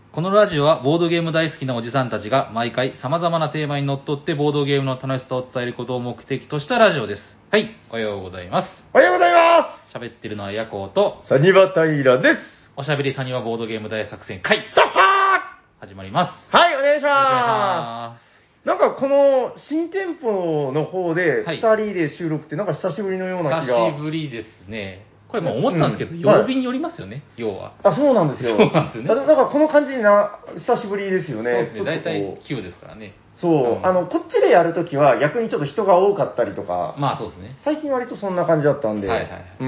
このラジオはボードゲーム大好きなおじさんたちが毎回様々なテーマにのっとってボードゲームの楽しさを伝えることを目的としたラジオです。はい、おはようございます。 おはようございま喋ってるのはヤコウと、 す。サニバタイラです。 おしゃべりさにはボードゲーム大作戦会、 ドッハ始まります。 ーはい、お願いしお願まいしす。なんかこの新店舗の方ではい 2人で収録ってなんか久しぶりのようなます。 気が。 久しぶりですね。これもう思ったんですけど、 うん曜日によりますよね、要は。 あ、そうなんですよ。 そうなんですよねあなんかこの感じ久しぶりですよね。 そうですね、 ちょっとこう大体9ですからね。 そう、 うんこっちでやるときは逆にちょっと人が多かったりとか、 まあそうですね。 最近割とそんな感じだったんで、 はいはいうん、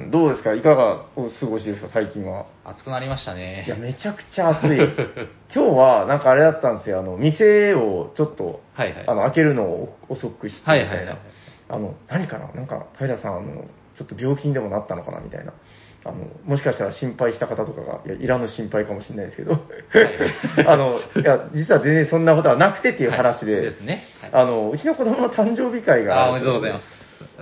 どうですか、いかがお過ごしですか、最近は。 暑くなりましたね。 いや、めちゃくちゃ暑い。今日は、なんかあれだったんですよ、店をちょっと、 はいはい。 開けるのを遅くしてみたいな。 はいはいはい何かななんか、平さん、ちょっと病気にでもなったのかなみたいな。もしかしたら心配した方とかが、いらぬ心配かもしれないですけど、いや、実は全然そんなことはなくてっていう話で、 ですね。はい、 うちの子供の誕生日会がおめでとうございます。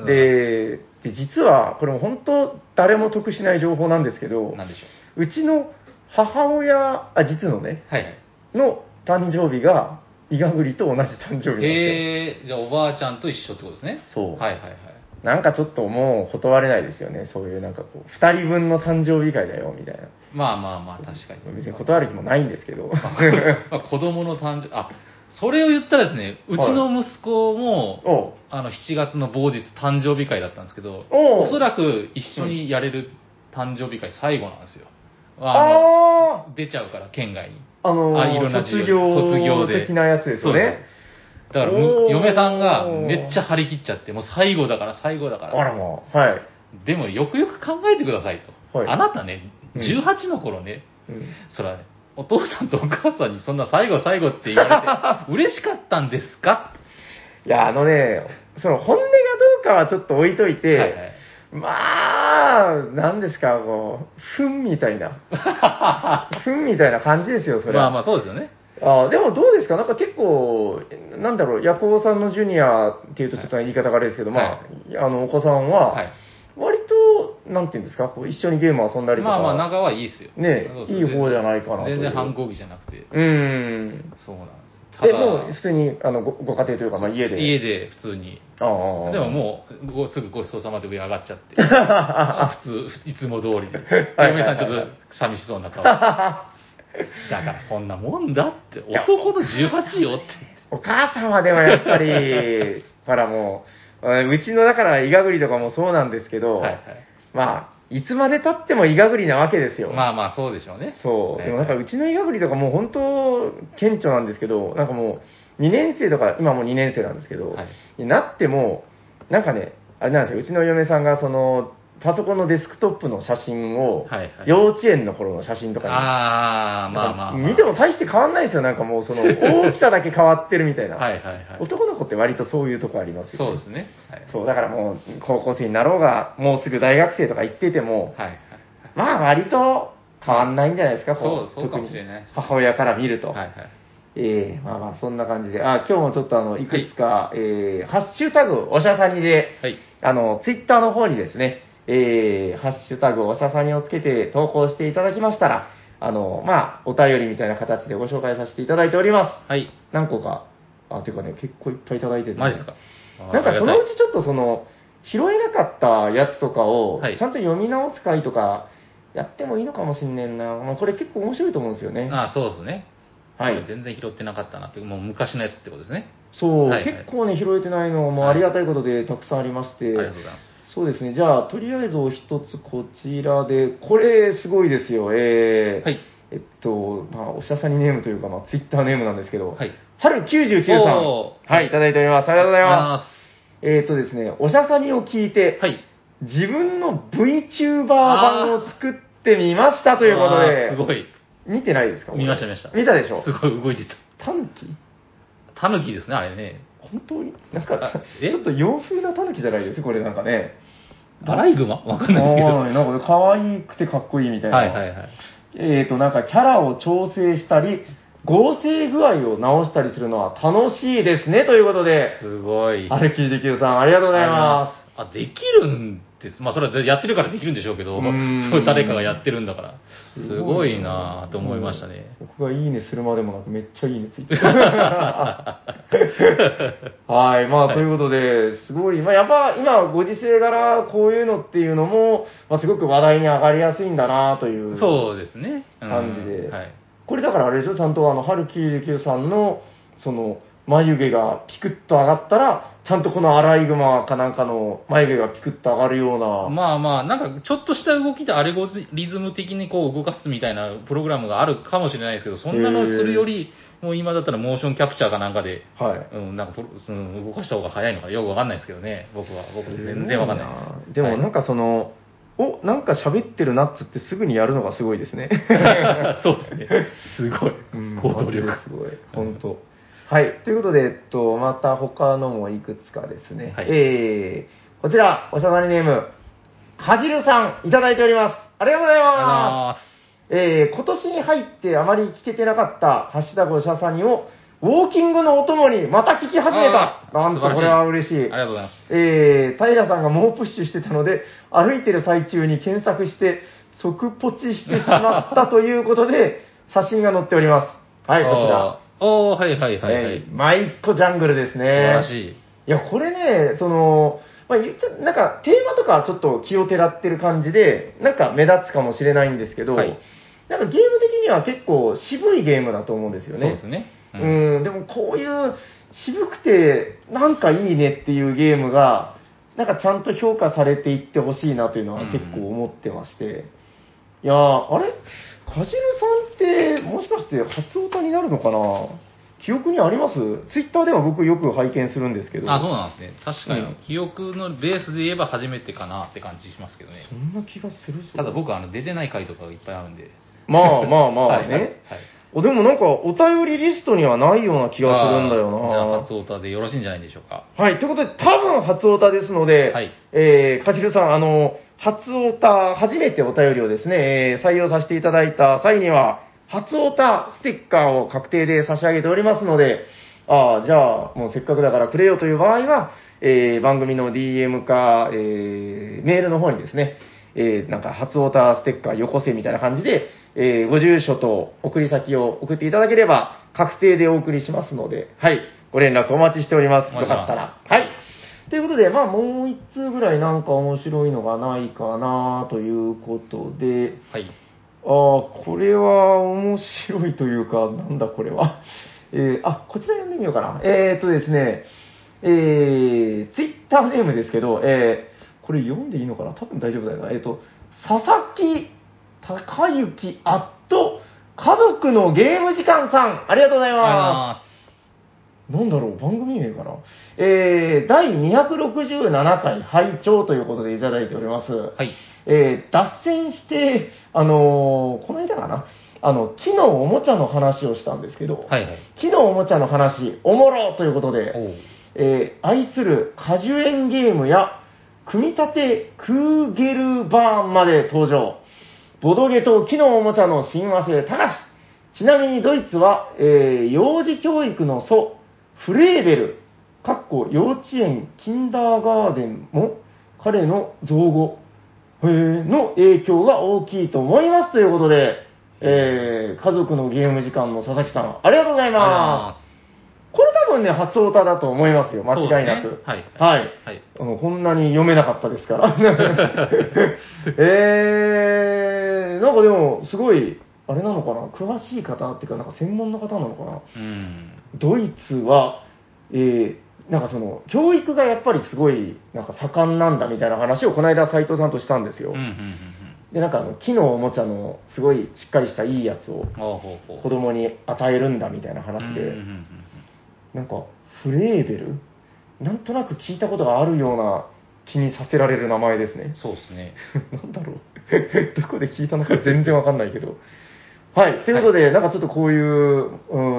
で、実は、これも本当、誰も得しない情報なんですけど、 なんでしょうちの母親、実のね、 う。はいはい。 の誕生日が、イガグリと同じ誕生日なんですよ。 へえ、じゃあおばあちゃんと一緒ってことですね。 そう。 はいはいはい。 なんかちょっともう断れないですよね。そういうなんかこう、二人分の誕生日会だよ、みたいな。 まあまあまあ、確かに。 別に断る気もないんですけど。 まあ子供の誕生、それを言ったらですね、うちの息子も、 おう 7月の某日誕生日会だったんですけど、 おうおそらく一緒にやれる誕生日会最後なんですよ。出ちゃうから、県外に。いろんな卒業的なやつですよね。 だから、 おー嫁さんがめっちゃ張り切っちゃって、もう最後だから、最後だから。 あらまあ、はい。 でも、よくよく考えてくださいと。 はいあなたね、 うん 18の頃ね、 うんそら、お父さんとお母さんにそんな最後最後って言われて、嬉しかったんですかいや、その本音がどうかはちょっと置いといて、 はいはいまあ、なんですか、糞みたいな。糞みたいな感じですよ、それは。 まあまあ、そうですよね。 でもどうですかなんか結構、なんだろう、ヤコウさんのジュニアっていうとちょっと言い方があれですけど、 はお子さんは、 はい。 割と、なんていうんですか、こう一緒にゲーム遊んだりとか。 まあまあ、仲はいいですよ。 ねそうそういい方じゃないかなという全然反抗期じゃなくて。 そうなんです。 そうなんです。ただ、 もう普通に、ご家庭というか、まあ家で。 家で普通に。 ああ。 でももう、すぐごちそうさまで上上がっちゃって。普通、いつも通りで。嫁さんちょっと寂しそうな顔して。だからそんなもんだって。男の18よって。 お母さんはでもやっぱり、ほらもう、うちのだからイガグリとかもそうなんですけど、 はいはい。 まあ、いつまで経ってもイガグリなわけですよ。 まあまあ、そうでしょうね。 そう。 はいでもなんかうちのイガグリとかもう本当、顕著なんですけど、なんかもう、2年生とか、今もう2年生なんですけど、 はいになっても、なんかね、あれなんですよ、うちの嫁さんがパソコンのデスクトップの写真を、 はいはい幼稚園の頃の写真とかに、 まあまあまあ。 見ても大して変わんないですよ、なんかもう大きさだけ変わってるみたいな。 はいはいはい。 男の子って割とそういうとこありますよね。 そうですね。はい。 そう、だからもう、高校生になろうが、もうすぐ大学生とか行ってても、 はいはい。 まあ割と変わんないんじゃないですか、 そうかもしれないですね母親から見ると。 はいはい。 まあまあそんな感じで、今日もちょっといくつか、ハッシュタグおしゃさにで、 はい。 ツイッターの方にですね、ハッシュタグおしゃさにをつけて投稿していただきましたら、まあ、お便りみたいな形でご紹介させていただいております。 はい。 何個か、ていうかね、結構いっぱいいただいてる、 マジですか。 なんかそのうちちょっと拾えなかったやつとかを、 はいちゃんと読み直す回とか、やってもいいのかもしんねんな。まあ、これ結構面白いと思うんですよね。 そうですね。 はい。 全然拾ってなかったなって、もう昔のやつってことですね。 そう、 はいはい結構ね、拾えてないのもありがたいことでたくさんありまして、 ありがとうございます。 そうですね、じゃあ、とりあえずお一つこちらで、これすごいですよ、 はい。 まあ、おしゃさにネームというか、まあ、ツイッターネームなんですけど、 はい。 春99さん、 おーはい、いただいております。ありがとうございま。 ありですね、おしゃさにを聞いて、 はい。 自分の VTuber 版を作ってみましたということで、 すごい。 見てないですか？ 見ました見ました。 見たでしょ？ すごい動いてた。 タヌキ？ タヌキですね、あれね。 本当になんか、 えちょっと洋風なタヌキじゃないですこれなんかね。 アライグマわかんないですけど。 なんか可愛くてかっこいいみたいな。 はいはいはい。 なんかキャラを調整したり、合成具合を直したりするのは楽しいですね、ということで。 すごい。 R99さん、ありがとうございます。 できるんでって、まあそれはやってるからできるんでしょうけど、 ん誰かがやってるんだから、すごいなぁと思いましたね。 僕がいいねするまでもなくめっちゃいいねついてる。はい、まあ、ということで、すごい、まあやっぱ今ご時世柄こういうのっていうのも、まあすごく話題に上がりやすいんだなというそうですね。 感じで。 はい。 これだからあれでしょ、ちゃんと春99さんの、その、眉毛がピクッと上がったら、ちゃんとこのアライグマかなんかの眉毛がピクッと上がるような。 まあまあ、なんかちょっとした動きでアルゴリズム的にこう動かすみたいなプログラムがあるかもしれないですけど、そんなのするより、もう今だったらモーションキャプチャーかなんかで、 はい。 なんか動かした方が早いのかよくわかんないですけどね、僕全然わかんないです。 でもなんかその、なんか喋ってるなっつってすぐにやるのがすごいですね。 そうですね。すごい。行動力。 すごい。本当。はい。ということで、また他のもいくつかですね。 はい、 こちら、おしゃさりネーム、かじるさん、いただいております。ありがとうございます。今年に入ってあまり聞けてなかった、ハッシュタグおしゃさにを、ウォーキングのお供にまた聞き始めた。なんとこれは嬉しい。 ありがとうございます。 平さんが猛プッシュしてたので、歩いてる最中に検索して、即ポチしてしまったということで、写真が載っております。はい、こちら。 はいはいはいはい。 マイコジャングルですね。 素晴らしい。 いや、これね、まあ、言っちゃなんかテーマとかはちょっと気をてらってる感じで、なんか目立つかもしれないんですけど、はい、なんかゲーム的には結構渋いゲームだと思うんですよね。 そうですね。 でもこういう渋くてなんかいいねっていうゲームが、なんかちゃんと評価されていってほしいなというのは結構思ってまして。いやー、あれかじるさんってもしかして初オタになるのかな、記憶にあります？ツイッターでは僕よく拝見するんですけど。 あ、そうなんですね。確かに、記憶のベースで言えば初めてかなって感じしますけどね。 そんな気がするぞ。 ただ僕出てない回とかがいっぱいあるんで。 まあまあまあね。 はいはい、 でもなんかお便りリストにはないような気がするんだよな。 じゃあ初オタでよろしいんじゃないでしょうか。 はい、ということで多分初オタですので、 はい、 かじるさん、初オタ、初めてお便りをですね、採用させていただいた際には、初オタステッカーを確定で差し上げておりますので、じゃあ、もうせっかくだからくれよという場合は、番組の DM か、メールの方にですね、なんか初オタステッカーよこせみたいな感じで、ご住所と送り先を送っていただければ、確定でお送りしますので、はい、ご連絡お待ちしております。よかったら。はい。ということで、まあ、もう一通ぐらいなんか面白いのがないかなということで、 はい。 これは面白いというか、なんだこれは。こちら読んでみようかな。ですね、ツイッターネームですけど、これ読んでいいのかな、多分大丈夫だよな。佐々木隆之家族のゲーム時間さん、ありがとうございます。なんだろう、番組名かな。第267回拝聴ということでいただいております。 はい。 脱線して、この間かな、木のおもちゃの話をしたんですけど、 はいはい、 木のおもちゃの話、おもろということで、愛する果樹園ゲームや、組み立てクーゲルバーンまで登場。ボドゲと木のおもちゃの親和性高し。ちなみにドイツは、幼児教育の祖、フレーベル、幼稚園、キンダーガーデンも彼の造語の影響が大きいと思いますということで、家族のゲーム時間の佐々木さん、ありがとうございます。これ多分ね、初オタだと思いますよ、間違いなく。 ね、はい。 はい。はい、こんなに読めなかったですから。なんかでも、すごい、あれなのかな、詳しい方っていうか、なんか専門の方なのかな。ドイツは、なんかその、教育がやっぱりすごい、なんか盛んなんだみたいな話をこの間斉藤さんとしたんですよ。で、なんか木のおもちゃのすごいしっかりしたいいやつを子供に与えるんだみたいな話で、なんか、フレーベルなんとなく聞いたことがあるような気にさせられる名前ですね。 そうですね。 なんだろう。どこで聞いたのか全然わかんないけど。はい。ということで、なんかちょっとこういう、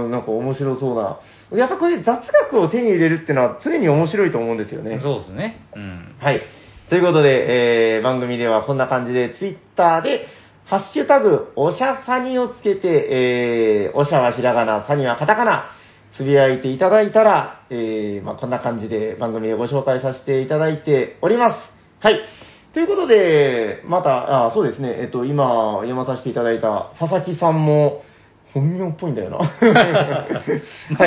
なんか面白そうな。やっぱこういう雑学を手に入れるっていうのは常に面白いと思うんですよね。 そうですね。 はい。ということで、番組ではこんな感じで、ツイッターで、ハッシュタグ、おしゃさにをつけて、おしゃはひらがな、さにはカタカナ、つぶやいていただいたら、こんな感じで番組でご紹介させていただいております。はい。 ということで、また、そうですね、今、読まさせていただいた佐々木さんも、本名っぽいんだよな。はい。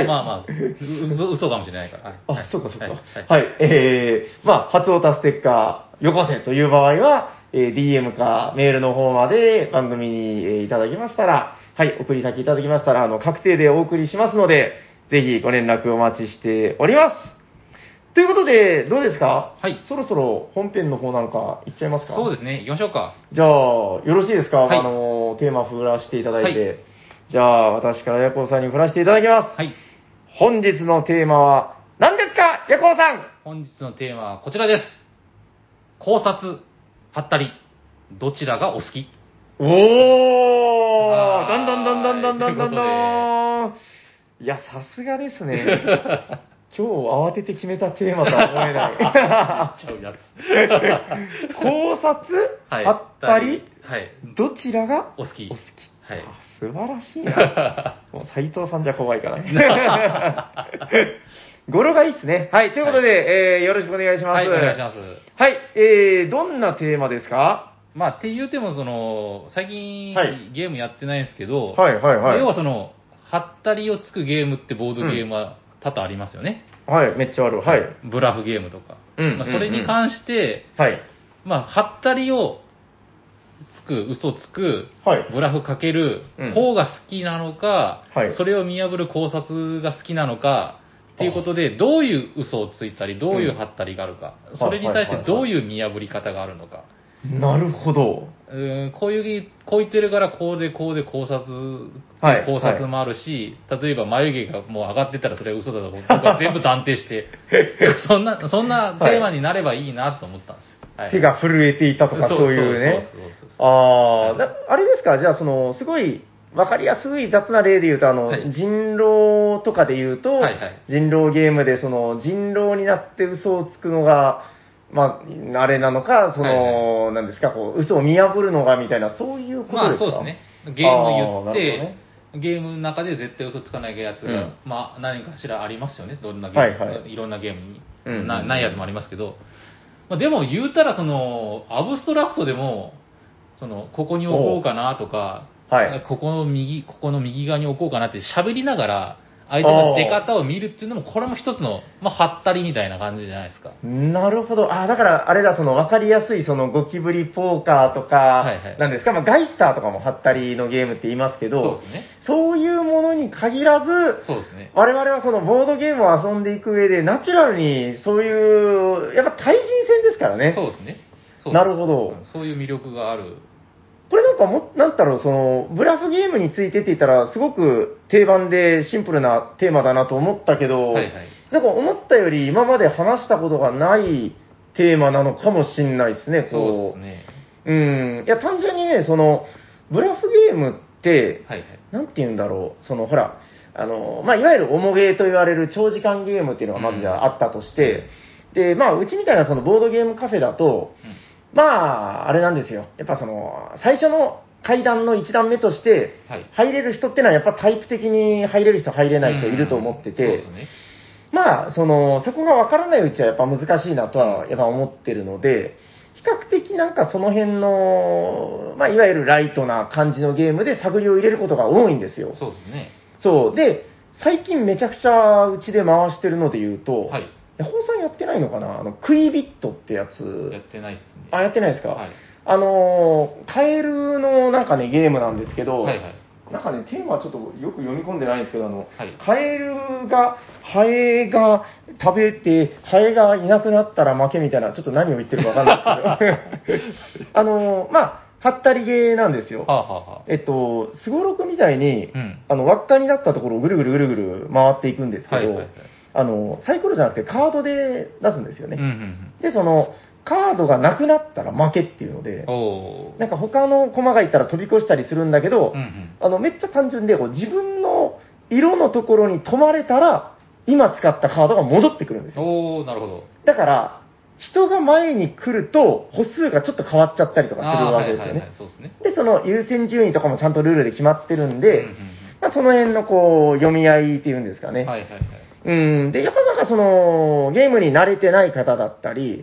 まあまあ、嘘かもしれないから。 あ、そうかそうか。 はい。 はい。初オタステッカー、よこせという場合は、DM かメールの方まで番組に、いただきましたら、はい、送り先いただきましたら、確定でお送りしますので、ぜひご連絡お待ちしております。ということで、どうですか？ はい。 そろそろ本編の方なんか行っちゃいますか？ そうですね、行きましょうか。 じゃあ、よろしいですか？ はいテーマ振らせていただいて。 はいじゃあ、私からヤコウさんに振らせていただきます。 はい。 本日のテーマは何ですか、ヤコウさん？ 本日のテーマはこちらです。考察、はったり、どちらがお好き？ おー、 はいだんだんだんだんだんだんだんというだん。いや、さすがですね。今日慌てて決めたテーマとは思えない。 言っちゃうやつ。 考察、 はいはったり、 はい。 どちらがお好き？ お好き。 はい。 素晴らしいな。もう斉藤さんじゃ怖いからね。語呂がいいっすね。はい。ということで、よろしくお願いします。 はい、お願いします。 はい。どんなテーマですか？ まあ、って言うても、最近、 はいゲームやってないんですけど、 はいはいはい。 要ははったりをつくゲームってボードゲームは多々ありますよね。 はい、めっちゃある。はい。 ブラフゲームとか。 うんそれに関して、 はい。 はったりをつく、嘘つく、 はいブラフかけるうん方が好きなのか、 はいそれを見破る考察が好きなのか、っていうことで、どういう嘘をついたり、どういうはったりがあるか、それに対してどういう見破り方があるのか。 なるほど。 こう言ってるからこうで考察、 はい考察もあるし、例えば眉毛がもう上がってたらそれは嘘だと僕は全部断定して、そんなテーマになればいいなと思ったんですよ。はい手が震えていたとかそういうね。ああれですか、じゃあすごいわかりやすい雑な例で言うと、 はい人狼とかで言うと、 はいはい人狼ゲームで人狼になって嘘をつくのが、まあ、あれなのか、 はいなんですか、嘘を見破るのがみたいな、そういうことですか？ そうですね。ゲーム言っあーなるて、 ほどねゲームの中で絶対嘘つかないやつが、 うん何かしらありますよね。どんなゲーム、 はいはいいろんなゲームに、 うんないやつもありますけど、でも言うたらアブストラクトでも、ここに置こうかなとか、 はいここの右側に置こうかなって喋りながら、相手の出方を見るっていうのも、これも一つの、はったりみたいな感じじゃないですか。 なるほど。だから、あれだ、わかりやすい、ゴキブリポーカーとか、 はいはいなんですか、まあ、ガイスターとかもハったりのゲームって言いますけど、 そうですね。 そういうものに限らず、 そうですね。 我々はボードゲームを遊んでいく上で、ナチュラルに、そういう、やっぱ対人戦ですからね。 そうですね。そうですなるほどそういう魅力がある。 これなんかなんだろう、ブラフゲームについてって言ったら、すごく定番でシンプルなテーマだなと思ったけど、 はいはいなんか思ったより今まで話したことがないテーマなのかもしんないですね、 そうですね。 いや、単純にね、ブラフゲームって、 はいはい。 なんて言うんだろう、ほら、まあ、いわゆる重ゲーと言われる長時間ゲームっていうのがまずじゃああったとして、で、まあ、うちみたいなボードゲームカフェだと、まあ、あれなんですよ。やっぱ最初の階段の一段目としてはい、 入れる人ってのはやっぱタイプ的に入れる人、入れない人いると思ってて、 そうですね。 まあ、そこがわからないうちはやっぱ難しいなとはやっぱ思ってるので、比較的なんかその辺の、まあ、いわゆるライトな感じのゲームで探りを入れることが多いんですよ。 そうですね。 そう。で、最近めちゃくちゃうちで回してるので言うと、 はい。 ヤホーさんやってないのかなクイビットってやつ。 やってないっすね。 やってないですか、 はい。 カエルのなんかね、ゲームなんですけど、 はいはい。 なんかね、テーマはちょっとよく読み込んでないんですけど、 はいカエルが、ハエが食べて、ハエがいなくなったら負けみたいな、ちょっと何を言ってるかわかんないですけど、まあ、はったりゲーなんですよ。 はあ、はあはあ、 すごろくみたいに、輪っかになったところをぐるぐるぐるぐる回っていくんですけど、 はいはいはいサイコロじゃなくてカードで出すんですよね。 うんうんで、カードがなくなったら負けっていうのでうん。、おー。 なんか他の駒がいたら飛び越したりするんだけど、 うんうん。 めっちゃ単純で、自分の色のところに止まれたら、今使ったカードが戻ってくるんですよ。 おー、なるほど。 だから、人が前に来ると、歩数がちょっと変わっちゃったりとかするわけですよね。 そうですね。 で、優先順位とかもちゃんとルールで決まってるんで、 うんうんまあ、その辺の読み合いっていうんですかね。 はいはいはい。 で、やっぱなんかゲームに慣れてない方だったり、 うんうん。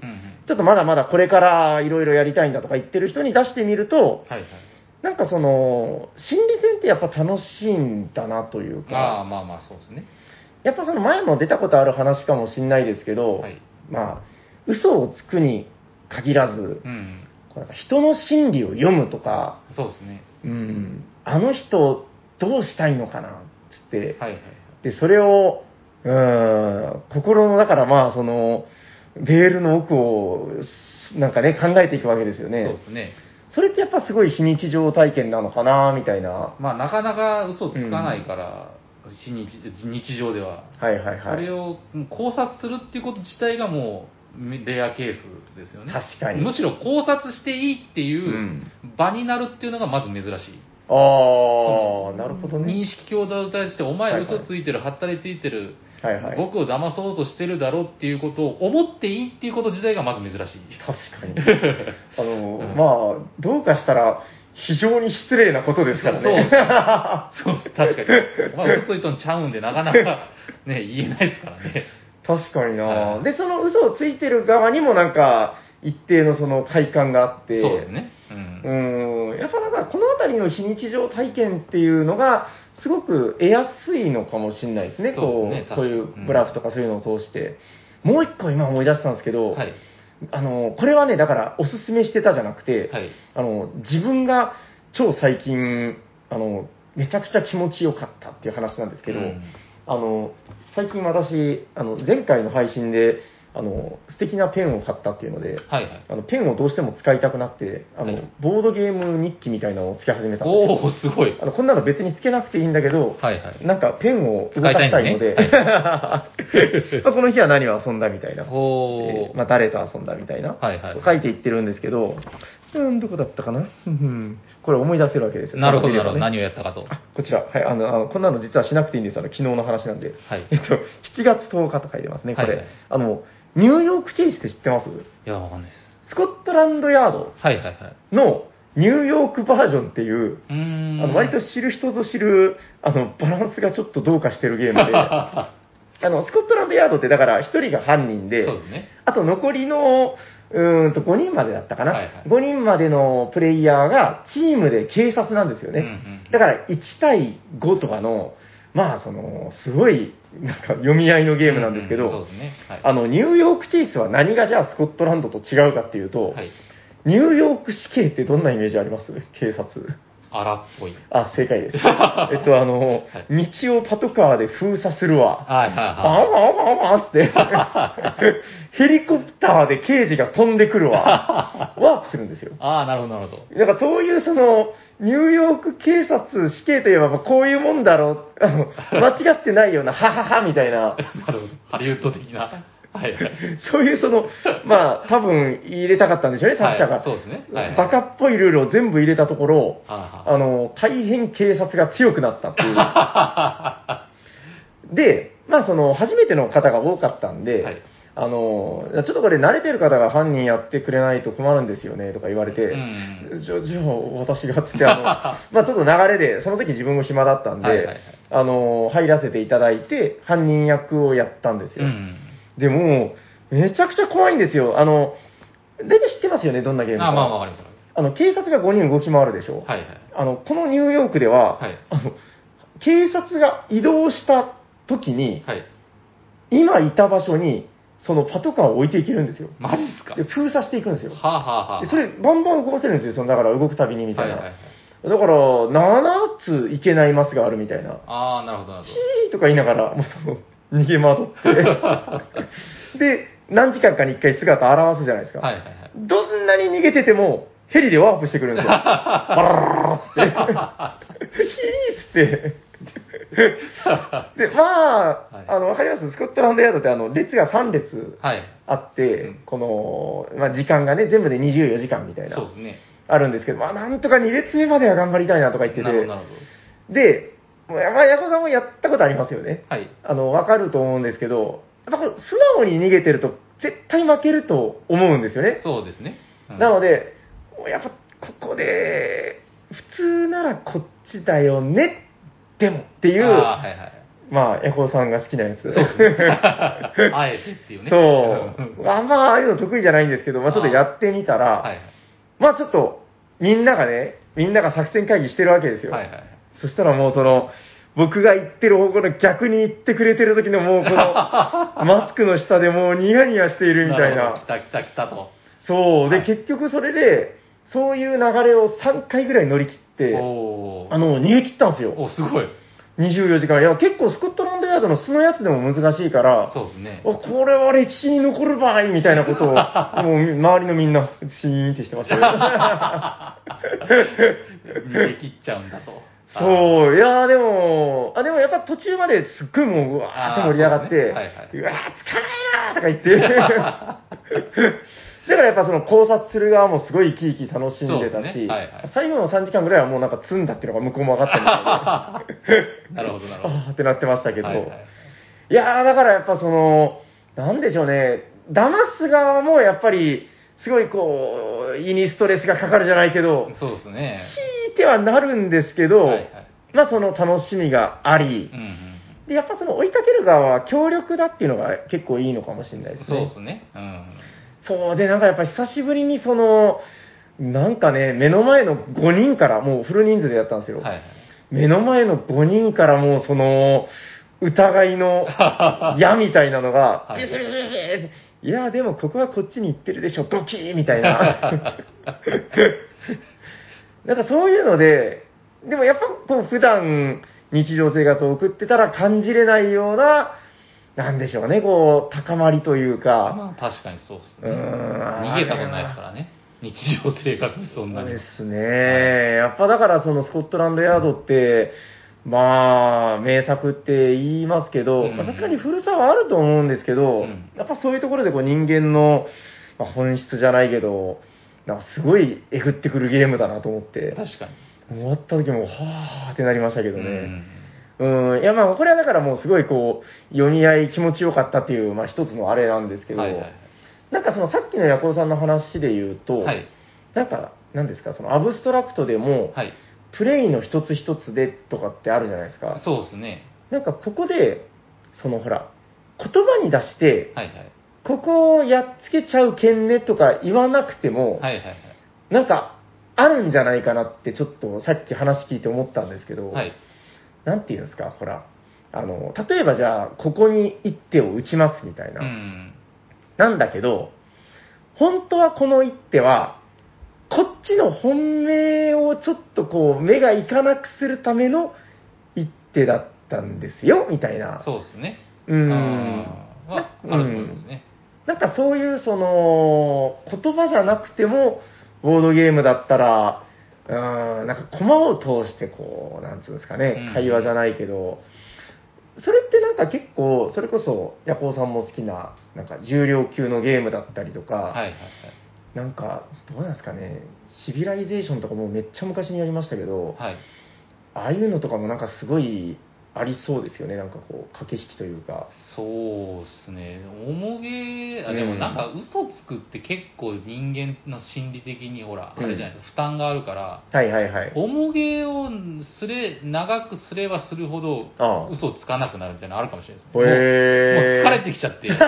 ちょっとまだまだこれからいろいろやりたいんだとか言ってる人に出してみると、 はいはい。 なんかその、心理戦ってやっぱ楽しいんだなというああ、 か、 まあまあ、そうですね。 やっぱその前も出たことある話かもしれないですけど、 はい。 まあ、嘘をつくに限らず、 うん。 こうなんか人の心理を読むとか、 そうですね。 あの人どうしたいのかなっつって、 はいはい。 で、それを、心の、だからまあ、その、ベールの奥を、なんかね、考えていくわけですよね。 そうですね。 それってやっぱすごい非日常体験なのかな、みたいな。 まあ、なかなか嘘つかないから、日常では。 はいはいはい。 それを考察するっていうこと自体がもうレアケースですよね。 確かにむしろ考察していいっていう場になるっていうのがまず珍しい。 ああ、なるほどね。 認識共同体して、お前はいはい嘘ついてる、はったりついてる、 はいはい。 僕を騙そうとしてるだろうっていうことを思っていいっていうこと自体がまず珍しい。 確かに。まあ、どうかしたら、非常に失礼なことですからね。 そう確かに。お前嘘ついとんちゃうんで、なかなかね、言えないですからね。 確かにな、 はいで、その嘘をついてる側にもなんか、一定のその快感があって、 そうですね。 やっぱだからこのあたりの非日常体験っていうのが、すごく得やすいのかもしれないですね。 そうですねこう、そうい確かにうブラフとかそういうのを通して。もう一個今思い出したんですけど、 はい。 これはね、だからおすすめしてたじゃなくて、 はい。 自分が超最近、めちゃくちゃ気持ちよかったっていう話なんですけど、 うん最近私、前回の配信で、素敵なペンを買ったっていうので、 はいはい。 ペンをどうしても使いたくなって、 はいボードゲーム日記みたいなのをつけ始めたんですよ。 おお、すごい。 こんなの別につけなくていいんだけど、 はいはい。 なんかペンを動かしたいので、 使いたいんまあこの日は何を遊んだみたいな、 おーまあ、誰と遊んだみたいな、 はいはい書いていってるんですけど、どこだったかな、これ思い出せるわけですよ。 なるほど、なるほど。 そのビデオね何をやったかと。 あこちら、はい、こんなの実はしなくていいんです。昨日の話なんで。 はい 7月10日と書いてますね、これ。 はいはいニューヨークチェイスって知ってます？ いや、わかんないです。 スコットランドヤードはいはいはい。 のニューヨークバージョンっていう、 うーん。 割と知る人ぞ知る、バランスがちょっとどうかしてるゲームで、スコットランドヤードってだから1人が犯人で、 そうですね。 あと残りの、5人までだったかな、 はいはい 5人までのプレイヤーがチームで警察なんですよね。 うんうんだから1対5とかの、まあ、すごい、なんか読み合いのゲームなんですけど、 そうですね。はい。 ニューヨークチェイスは何がじゃあスコットランドと違うかっていうと、 はい。 ニューヨーク市警ってどんなイメージあります？警察。 荒っぽい。 あ、正解です。道をパトカーで封鎖するわ。 はいはいバはい。 ンバンバンバンって、ヘリコプターで刑事が飛んでくるわ。ワープするんですよ。 ああ、なるほど、なるほど。 だからそういうニューヨーク警察、死刑といえばまあこういうもんだろう、間違ってないような、はははみたいな、 なるほど。ハリウッド的な。はいはい。 そういうまあ多分入れたかったんでしょうね、作者が。 はいそうですねはいはいバカっぽいルールを全部入れたところ、 はあは大変警察が強くなったっていう。で、まあ初めての方が多かったんで、 はいちょっとこれ慣れてる方が犯人やってくれないと困るんですよねとか言われて、 うんじゃあ私がつってまあちょっと流れで、その時自分も暇だったんで、 はいはいはい入らせていただいて、犯人役をやったんですよ。 うん。 でも、めちゃくちゃ怖いんですよ。大体知ってますよね、どんなゲームか。 あまあわかります。 警察が5人動き回るでしょ。 はいはい。 このニューヨークでは、 はい警察が移動した時に、 はい。 今いた場所に、そのパトカーを置いていけるんですよ。 マジっすかで封鎖していくんですよ。 はあはあはあ。 でそれ、バンバン動かせるんですよ。だから動くたびにみたいな。 はいはいはいだから、7ついけないマスがあるみたいな。 ああ、なるほどなるほヒーとか言いながら、もう逃げ惑って。で、何時間かに1回姿を現すじゃないですか。 ど。はいはいはい。 どんなに逃げてても、ヘリでワープしてくるんですよ。バラーって。ヒーって。で、まあ、わかりますスコットランドヤードって列が3列はい。 あって、 うんこの、まあ、時間がね、全部で24時間みたいなそう、ですね。 あるんですけど、まあ、なんとか2列目までは頑張りたいなとか言っててなるほど、なるほで、まあ、ヤコさんもやったことありますよね。 ど。はい。 わかると思うんですけど、やっぱ素直に逃げてると、絶対負けると思うんですよね。 そうですね。うんなので、やっぱここで、普通ならこっちだよね、でもっていう、 あーはいはい。 まあ、ヤコウさんが好きなやつ。 そうですね。あえてっていうね。 そう。あんまああいうの得意じゃないんですけど、まあちょっとやってみたら、 はいはい。 まあちょっと、みんなが作戦会議してるわけですよ。 はいはい。 そしたらもう僕が言ってる方向の逆に言ってくれてる時のもうこの、マスクの下でもうニヤニヤしているみたいな。 るほど来た来た来たと。 そう。で、 はい結局それで、そういう流れを3回ぐらい乗り切って、 おー。 逃げ切ったんですよ。 お、すごい。 24時間。いや、結構スコットランドヤードの素のやつでも難しいから、 そうですね。 これは歴史に残る場合みたいなことを、もう周りのみんな、シーンってしてましたよ。 逃げ切っちゃうんだと。 そう、いやーでもやっぱ途中まですっごいもう、うわーって盛り上がって、 そうですねはいはい、 うわー、つかないなーとか言って、だからやっぱその考察する側もすごい生き生き楽しんでたし、 そうですねはいはい最後の3時間ぐらいはもうなんか積んだっていうのが向こうも分かったみたいで、 なるほどなるほど。 あーってなってましたけど、 はいはいはいいやーだからやっぱなんでしょうね、騙す側もやっぱり、すごいこう、胃にストレスがかかるじゃないけど、 そうですね。 聞いてはなるんですけど、 はいはいまあその楽しみがあり、 うんうんで、やっぱ追いかける側は強力だっていうのが結構いいのかもしれないですね。 そうですね。うん。 そうで、なんかやっぱ久しぶりになんかね、目の前の5人から、もうフル人数でやったんですよ。 はいはい。 目の前の5人からもう疑いの矢みたいなのが、 はいビシビシビシっていや、でもここはこっちに行ってるでしょ、ドキーみたいな。なんかそういうので、でもやっぱこう普段日常生活を送ってたら感じれないような、なんでしょうね、こう、高まりというか、 まあ確かにそうですね。 うーん逃げたことないですからね。日常生活そんなに。 そうですね。やっぱだからスコットランドヤードって、まあ、名作って言いますけど、 うんまあさすがに古さはあると思うんですけど、 うんやっぱそういうところでこう人間の、まあ本質じゃないけど、なんかすごいえぐってくるゲームだなと思って、 確かに。 終わった時も、はーってなりましたけどうね。 ん。 いやまあこれはだからもうすごいこう、読み合い気持ちよかったっていう、まあ一つのあれなんですけど、 はいはいはい。 なんかさっきのヤコウさんの話で言うと、 はい。 なんか、なんですか、アブストラクトでも、 はい。 プレイの一つ一つでとかってあるじゃないですか。 そうですね。 なんかここで、ほら、言葉に出して、 はいはい。 ここをやっつけちゃうけんねとか言わなくても、 はいはいはい。 なんか、あるんじゃないかなってちょっとさっき話聞いて思ったんですけど、 はい。 なんていうんですか、ほら、例えばじゃあ、ここに一手を打ちますみたいな。 うん。 なんだけど、本当はこの一手は、こっちの本命をちょっとこう、目がいかなくするための一手だったんですよ、みたいな。 そうですね。 うん。 はあると思いますね。 なんかそういう言葉じゃなくても、ボードゲームだったら、なんか駒を通してこう、なんつうんですかね、会話じゃないけど、それってなんか結構、それこそ、ヤコウさんも好きな、なんか重量級のゲームだったりとか、 はいはいはい。 なんか、どうなんですかね、シビライゼーションとかもめっちゃ昔にやりましたけど、 はい。 ああいうのとかもなんかすごいありそうですよね、なんかこう、駆け引きというか。 そうですね。重げ、でもなんか嘘つくって結構人間の心理的にほら、あれじゃないですか、負担があるから、 はいはいはい。 重げを長くすればするほどああ嘘をつかなくなるみたいなのあるかもしれないですね。 へーもう疲れてきちゃって。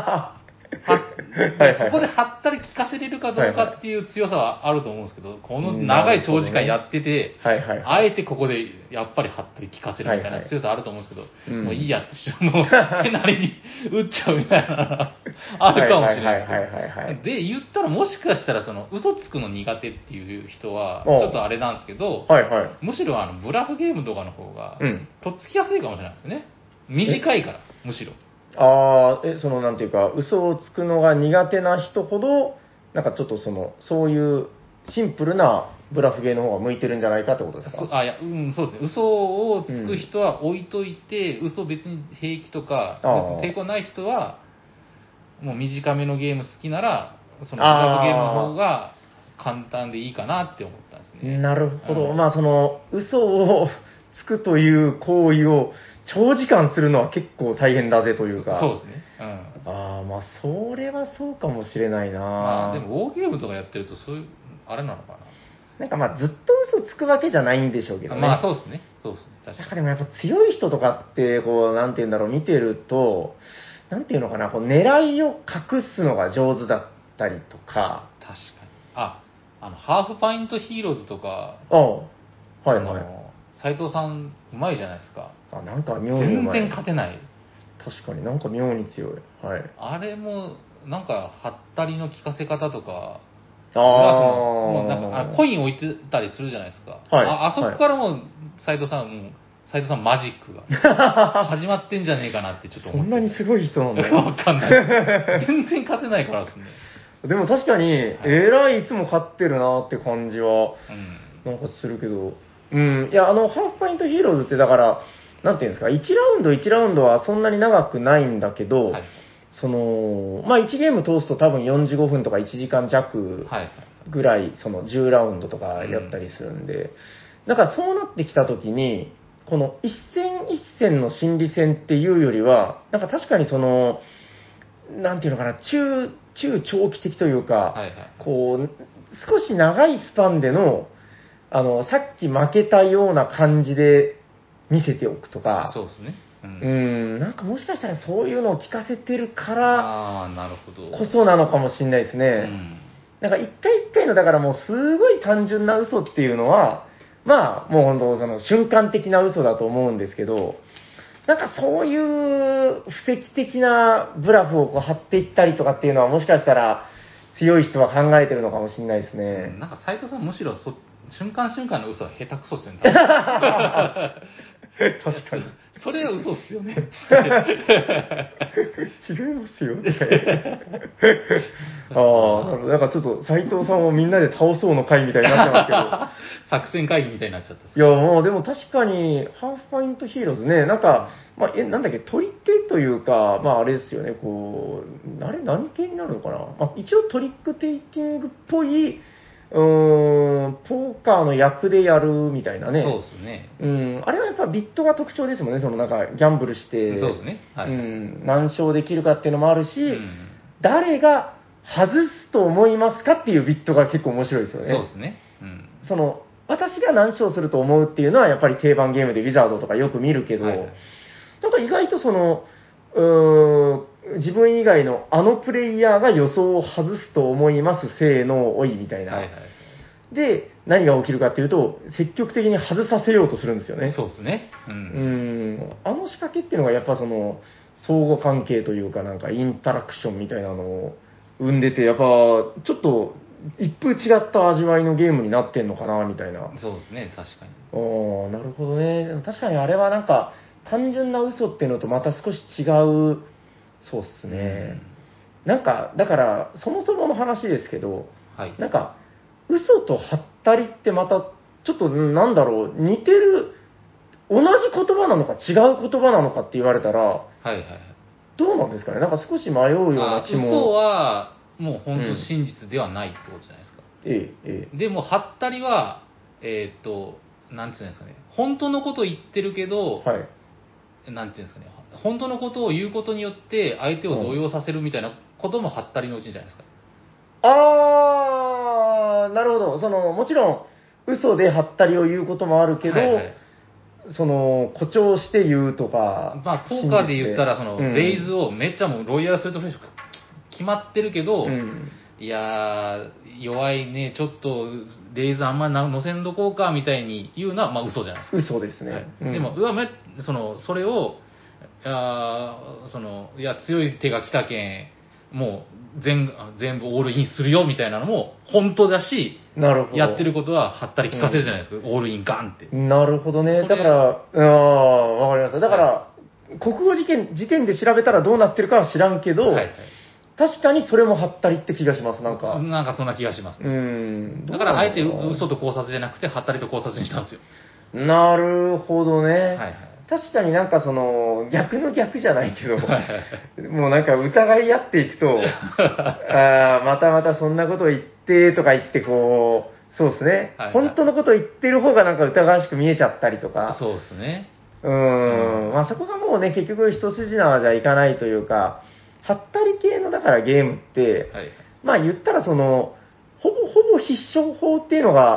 はいはいそこではったり聞かせれるかどうかっていう強さはあると思うんですけど、この長い長時間やってて、 はいはいはい。 あえてここでやっぱりはったり聞かせるみたいな強さあると思うんですけど、 うんもういいやってもう手なりに打っちゃうみたいなあるかもしれないですけはいはいはいはいはいど。で、言ったらもしかしたら嘘つくの苦手っていう人は、ちおうょっとあれなんですけど、 はいはい。 むしろブラフゲームとかの方がうん、 とっつきやすいかもしれないですね。短いから、むしろ。 ああ、なんていうか、嘘をつくのが苦手な人ほど、なんかちょっとそういうシンプルなブラフゲーの方が向いてるんじゃないかってことですか。 いや、そうですね。嘘をつく人は置いといて、嘘別に平気とか、別あーに抵抗ない人は、もう短めのゲーム好きなら、そのブラフゲームの方が簡単でいいかなって思ったんですね。 なるほど。 うんまあ嘘をつくという行為を長時間するのは結構大変だぜというか。 そうですね。うん。 ああ、まあそれはそうかもしれないな。 まあでも、ウォーゲームとかやってると、そういう、あれなのかなんかまあずっと嘘つくわけじゃないんでしょうけどな。 ね。 まあそうですね。 そうですね、確かなんかでもやっぱ強い人とかって、こう、なんて言うんだろう、見てると、なんていうのかな、こう狙いを隠すのが上手だったりとか、 に。確かに。ハーフパイントヒーローズとか、 ああ、はいはい。 斎藤さん、うまいじゃないですか。 あ、なんか妙にう全まい。 然勝てない。 確かになんか妙に強い。はい。 あれも、なんか、はったりの効かせ方とか、 あグラフの、もうなんか、 あ、 コイン置いてたりするじゃないですか。 はいあそこはいからもう、斎藤さん、斎藤さんマジックが始まってんじゃねえかなってちょっと思って。 そんなにすごい人なんだ。 わかんない。全然勝てないからですね。 でも確かに、えらいいつも勝ってるなって感じは、 うん。 なんかするけど、うん、いや、ハーフパイントヒーローズってだから、なんていうんですか、1ラウンド1ラウンドはそんなに長くないんだけど、 はい。 その、まあ1ゲーム通すと多分45分とか1時間弱はい。 ぐらい、その10ラウンドとかやったりするんで、だからそうなってきたときに、この一戦一戦の心理戦っていうよりは、なんか確かにその、なんていうのかな、中長期的というか、 はいはい。 こう、少し長いスパンでの、さっき負けたような感じで見せておくとか、 そうですね。う。 なんかもしかしたらそういうのを聞かせてるからああ、なるほど。 こそなのかもしれないですうね。 ん。 なんか一回一回の、だからもうすごい単純な嘘っていうのは、まあもう本当その瞬間的な嘘だと思うんですけど、なんかそういう布石的なブラフをこう貼っていったりとかっていうのはもしかしたら強い人は考えてるのかもしれないですね。 なんか斎藤さんむしろ瞬間瞬間の嘘は下手くそっすよね。 確かに。 それは嘘っすよね。 違いますよ。ああ、なるほど。なんかちょっと斎藤さんをみんなで倒そうの会みたいになってますけど。 作戦会議みたいになっちゃったっすいや、もうでも確かに、ハーフパイントヒーローズね、なんか、まあ、なんだっけ、取り手というか、まああれですよね、こう、あれ何系になるのかな、まあ、一応トリックテイキングっぽい、ポーカーの役でやるみたいなね。 そうですね。 あれはやっぱビットが特徴ですもんね、そのなんかギャンブルして、 そうですね。はい。 何勝できるかっていうのもあるし、 うん。 誰が外すと思いますかっていうビットが結構面白いですよね。 そうですね。うん。 その、私が何勝すると思うっていうのはやっぱり定番ゲームでウィザードとかよく見るけど、 はいはいなんか意外とその、自分以外のあのプレイヤーが予想を外すと思います、せーの、おいみたいな。 はいはい。 で、何が起きるかっていうと、積極的に外させようとするんですよね。 そうですね。う。 あの仕掛けっていうのがやっぱその、相互関係というかなんかインタラクションみたいなのを生んでて、やっぱちょっと一風違った味わいのゲームになってんのかな、みたいな。 そうですね。確かに。 なるほどね。でも確かにあれはなんか、単純な嘘っていうのとまた少し違う、そうっすね。なんか、だから、そもそもの話ですけど、 はい。 なんか、嘘とはったりってまた、ちょっと、なんだろう、似てる、同じ言葉なのか違う言葉なのかって言われたら、 はいはいはい。 どうなんですかね。なんか少し迷うような気も。 嘘は、もう本当真実ではないってことじゃないですか。でも、はったりは、なんていうんですかね。本当のことを言ってるけど、 はい。 なんていうんですかね。本当のことを言うことによって相手を動揺させるみたいなこともはったりのうちじゃないですか。 なるほど。その、もちろん、嘘ではったりを言うこともあるけど、 はいはい。 その、誇張して言うとか、 まあ、ポーカーで言ったら、その、レイズを、 をめっちゃもう、ロイヤルストレートフレッシュ決まってるけど、 うんいやー、弱いね、ちょっと、レイズあんま乗せんどこうか、みたいに言うのは、まあ、嘘じゃないですか。 嘘ですね。 はいうんでも、それを、いや、強い手が来たけん、もう全部オールインするよみたいなのも本当だし、 なるほど。 やってることははったり聞かせるじゃないですか、オールインガンって。 なるほどね。 それだから、わかりました。だから、国語時点で調べたらどうなってるかは知らんけど、 はいはい。 確かにそれもはったりって気がします、なんか。 なんかそんな気がします、だから、 どうなあえてんだろうな嘘と考察じゃなくて、はったりと考察にしたんですよ。 なるほどね。 はいはい。 確かになんかその、逆の逆じゃないけど、 はいはいもうなんか疑い合っていくと、またまたそんなこと言ってとか言ってこう、そうですね、 はいはい本当のこと言ってる方がなんか疑わしく見えちゃったりとか、 そうですね。 まあそこがもうね、結局一筋縄じゃいかないというか、はったり系のだからゲームって、 はい。 まあ言ったらその、ほぼ必勝法っていうのが、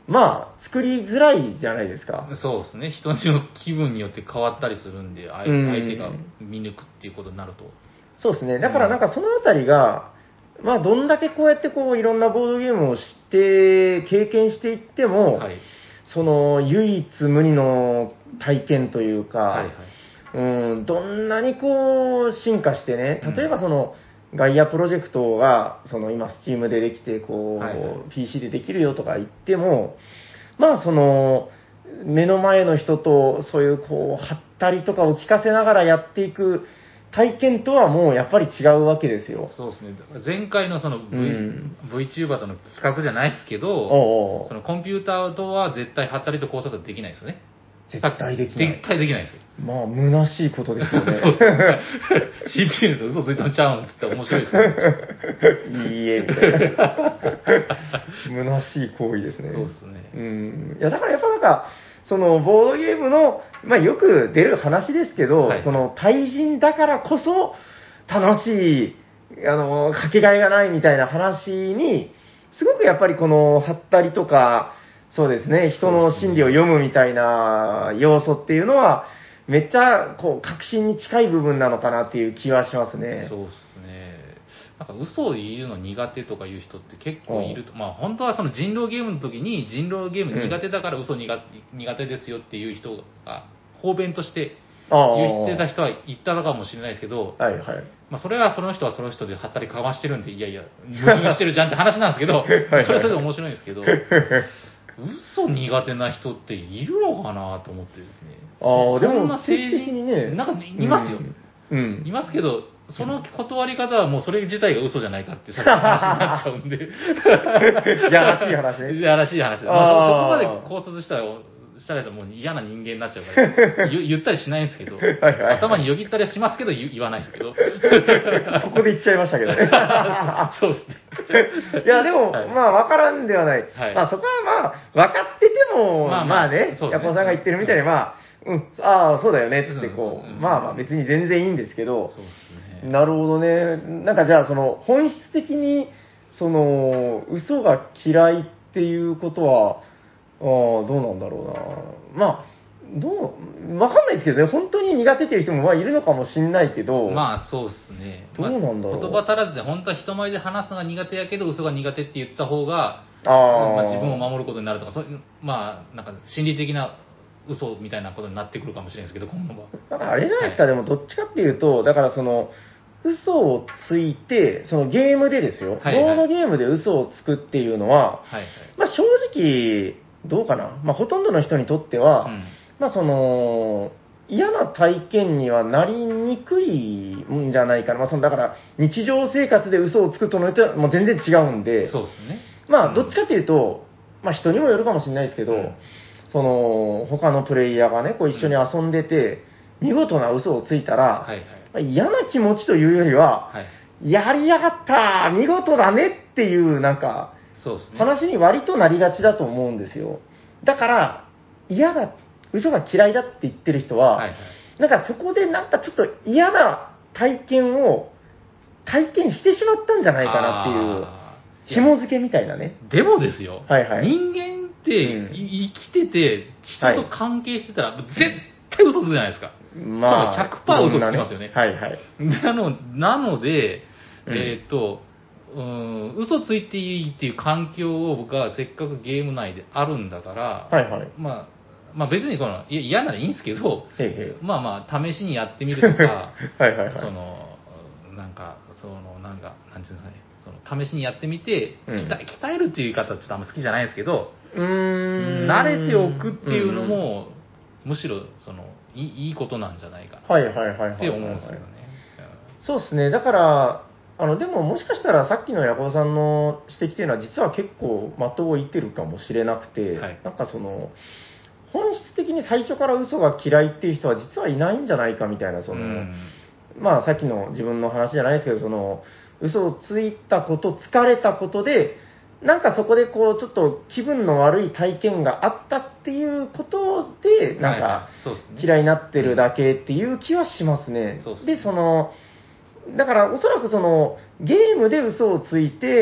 まあ、作りづらいじゃないですか。 そうですね。人の気分によって変わったりするんで、相手が見抜くっていうことになると。 そうですね。だからなんかそのあたりが、まあどんだけこうやってこういろんなボードゲームを知って経験していっても、 はい。 その唯一無二の体験というか、 はいはい。 どんなにこう進化してね、例えばその、ガイアプロジェクトが、その今、スチームでできて、こう、 はいはい PC でできるよとか言っても、まあその、目の前の人と、そういうこう、はったりとかを聞かせながらやっていく体験とはもうやっぱり違うわけですよ。 そうですね。前回のその VTuber との企画じゃないですけど、 おうおうそのコンピューターとは絶対はったりと考察はできないですよね。 絶対できない。 絶対できないですよ。 まあ、虚しいことですよね。 そうですね。CPU と嘘ついたんちゃうんって言ったら面白いですけど。 いいえ、みたいな。虚しい行為ですね。 そうですね。 いや、だからやっぱなんか、その、ボードゲームの、まあよく出る話ですけど、 はいその、対人だからこそ、楽しい、かけがえがないみたいな話に、すごくやっぱりこの、はったりとか、そうですね、人の心理を読むみたいな要素っていうのは、めっちゃ、こう、確信に近い部分なのかなっていう気はしますね。 そうですね。なんか嘘を言うの苦手とかいう人って結構いると、まあ本当はその人狼ゲームの時に人狼ゲーム苦手だから嘘苦手ですよっていう人が方便として言ってた人は言ったのかもしれないですけど、 はいはい。 まあそれはその人はその人ではったりかましてるんで、いやいや、矛盾してるじゃんって話なんですけど、それはそれで面白いんですけど、嘘苦手な人っているのかなと思ってですね。 でもそんな成定期的にね人、なんかいますよ。いますけど、その断り方はもうそれ自体が嘘じゃないかってさっきの話になっちゃうんで。 やらしい話ね。 いやらしい話。まあ、そこまで考察したらもう嫌な人間になっちゃうから、言ったりしないんですけど、頭によぎったりはしますけど、言わないですけど。 ここで言っちゃいましたけどね。 そうですね。 いや、でも、 はいまあ、わからんではない。 はいまあ、そこはまあ、分かってても、 まあまあね、 そうねヤコウさんが言ってるみたいに、まあ、ああ、そうだよね、つってこそうう、まあまあ別に全然いいんですけど、 そうですね。 なるほどね。なんかじゃあ、その、本質的に、その、嘘が嫌いっていうことは、どうなんだろうな。まあ、わかんないですけどね、本当に苦手っていう人もまあいるのかもしんないけど、 まあそうですね。 どうなんだろう言葉足らずで本当は人前で話すのが苦手やけど嘘が苦手って言った方が、 あまあ、自分を守ることになるとか、そういうまあなんか心理的な嘘みたいなことになってくるかもしれないですけど、今後は。 だからあれじゃないですか、でもどっちかっていうと、だからその、嘘をついて、そのゲームでですよ、 はいはいボードゲームで嘘をつくっていうのは、 はいはい。 まあ正直、どうかな、まあほとんどの人にとっては、 うんまあその、嫌な体験にはなりにくいんじゃないかな。まあその、だから日常生活で嘘をつくとのとはもう全然違うんで、 そうですね。 まあどっちかっていうと、まあ人にもよるかもしれないですけど、 うんその、他のプレイヤーがね、こう一緒に遊んでて、見事な嘘をついたら、 はいはい。 まあ嫌な気持ちというよりは、 はい。 やりやがった見事だねっていう、なんか、 そうですね。 話に割となりがちだと思うんですよ。だから、嘘が嫌いだって言ってる人は、 はいはい。 なんかそこでなんかちょっと嫌な体験を体験してしまったんじゃないかなっていう、 あー紐付けみたいなね。 でもですよ、 はいはい人間って、 うん生きてて、人と関係してたら、絶対嘘つくじゃないですか。 まあ、 多分100%嘘つきますよね。 はいはい。 なので、 うん嘘ついていいっていう環境がせっかくゲーム内であるんだから、 はいはい。 まあ別に嫌ならいいんですけど、 へいへい。 まあまあ試しにやってみるとか、 はいはいはい。 なんていうんですかね、試しにやってみて、 うん鍛えるっていう言い方はちょっとあんま好きじゃないですけど、 慣慣れておくっていうのも、むしろいいことなんじゃないかなはいはいはいはい。 って思うんですよね。 そうですね。だから、でももしかしたらさっきのヤコウさんの指摘っていうのは実は結構的を射ってるかもしれなくて、 はいなんかその、本質的に最初から嘘が嫌いっていう人は実はいないんじゃないかみたいな、まあさっきの自分の話じゃないですけど、嘘をついたこと、疲れたことで、なんかそこでこう、ちょっと気分の悪い体験があったっていうことで、なんはいはかいそうですね嫌いになってるだけっていう気はしますね。 そうですねで、だからおそらくゲームで嘘をついて、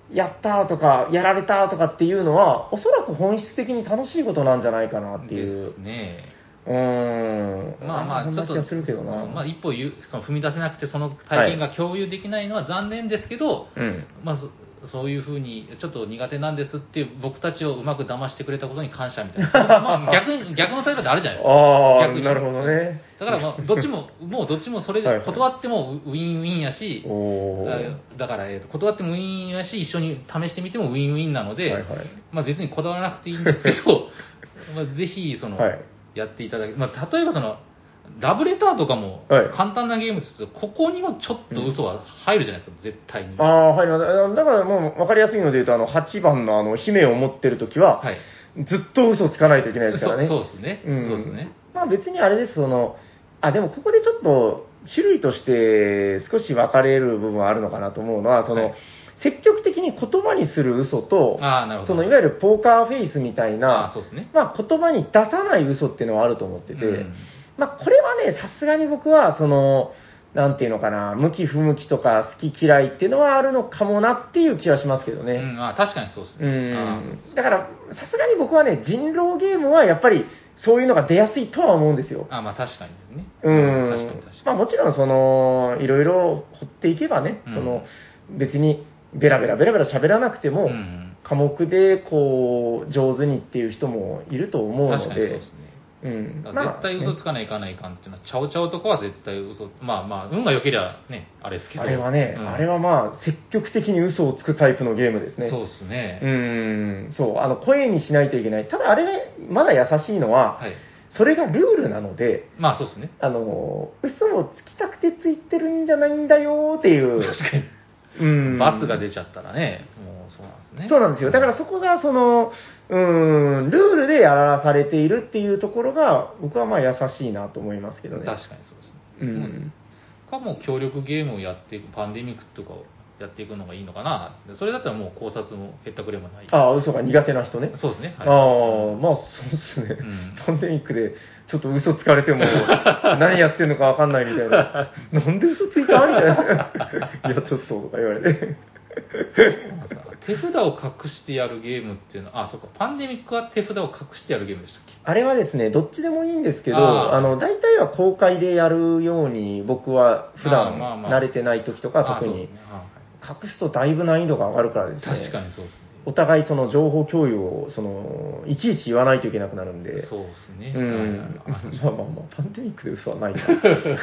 やったーとか、やられたーとかっていうのは、おそらく本質的に楽しいことなんじゃないかなっていう。 ですね。 まあまあ、 ちょっと、 するけどな。 まあ一歩その踏み出せなくて、その体験が共有できないのは残念ですけど、まあそういうふうに、ちょっと苦手なんですっていう僕たちをうまく騙してくれたことに感謝みたいな。まあ逆のタイプってあるじゃないですか。 ああ、 逆になるほどね。 だからまあ、どっちもそれで断ってもウィンウィンやし、だから、断ってもウィンウィンやし、一緒に試してみてもウィンウィンなので、まあ別にこだわらなくていいんですけど、まあぜひ、やっていただき、まあ例えばラブレターとかも簡単なゲームですけど、ここにもちょっと嘘は入るじゃないですか、絶対に。 ああ、入ります。だからもう分かりやすいので言うと、8番の姫を持ってるときは、ずっと嘘をつかないといけないですからね。 そうですね。そうですね。 まあ別にあれです、でもここでちょっと種類として少し分かれる部分はあるのかなと思うのは、積極的に言葉にする嘘と、いわゆるポーカーフェイスみたいな、まあ言葉に出さない嘘っていうのはあると思ってて、まあこれはね、さすがに僕は、なんていうのかな、向き不向きとか好き嫌いっていうのはあるのかもなっていう気はしますけどね。 確かにそうですね。 だから、さすがに僕はね、人狼ゲームはやっぱりそういうのが出やすいとは思うんですよ。 まあ確かにですね。 確かに。まあもちろん、いろいろ掘っていけばね、別にベラベラ喋らなくても、寡黙でこう、上手にっていう人もいると思うので、 確かにそうですね。絶対嘘つかないかないかんっていうのは、チャオチャオとかは絶対嘘、まあ、運が良ければね、あれですけど。 あれはね、あれはまあ、積極的に嘘をつくタイプのゲームですね。 そうですね。 そう、声にしないといけない。ただあれがまだ優しいのは、それがルールなので、 まあそうですね。 嘘をつきたくてついてるんじゃないんだよっていう。 確かに。罰が出ちゃったらね、もうそうなんですね。 そうなんですよ。だからそこがルールでやらされているっていうところが、僕はまあ優しいなと思いますけどね。 確かにそうですね。かも協力ゲームをやっていく、パンデミックとかをやっていくのがいいのかな。それだったらもう考察もへったくれもない。 嘘が苦手な人ね。 そうですね。 まあそうですね。パンデミックでちょっと嘘つかれても何やってんのかわかんないみたいな。なんで嘘ついたみたいな。いや、ちょっととか言われて。 手札を隠してやるゲームっていうのは、そうか、パンデミックは手札を隠してやるゲームでしたっけ？ あれはですね、どっちでもいいんですけど、大体は公開でやるように、僕は普段慣れてない時とか特に、隠すとだいぶ難易度が上がるからですね。 確かにそうですね。 お互いその情報共有をいちいち言わないといけなくなるんで。 そうですね。 まあ、パンデミックで嘘はないな。ち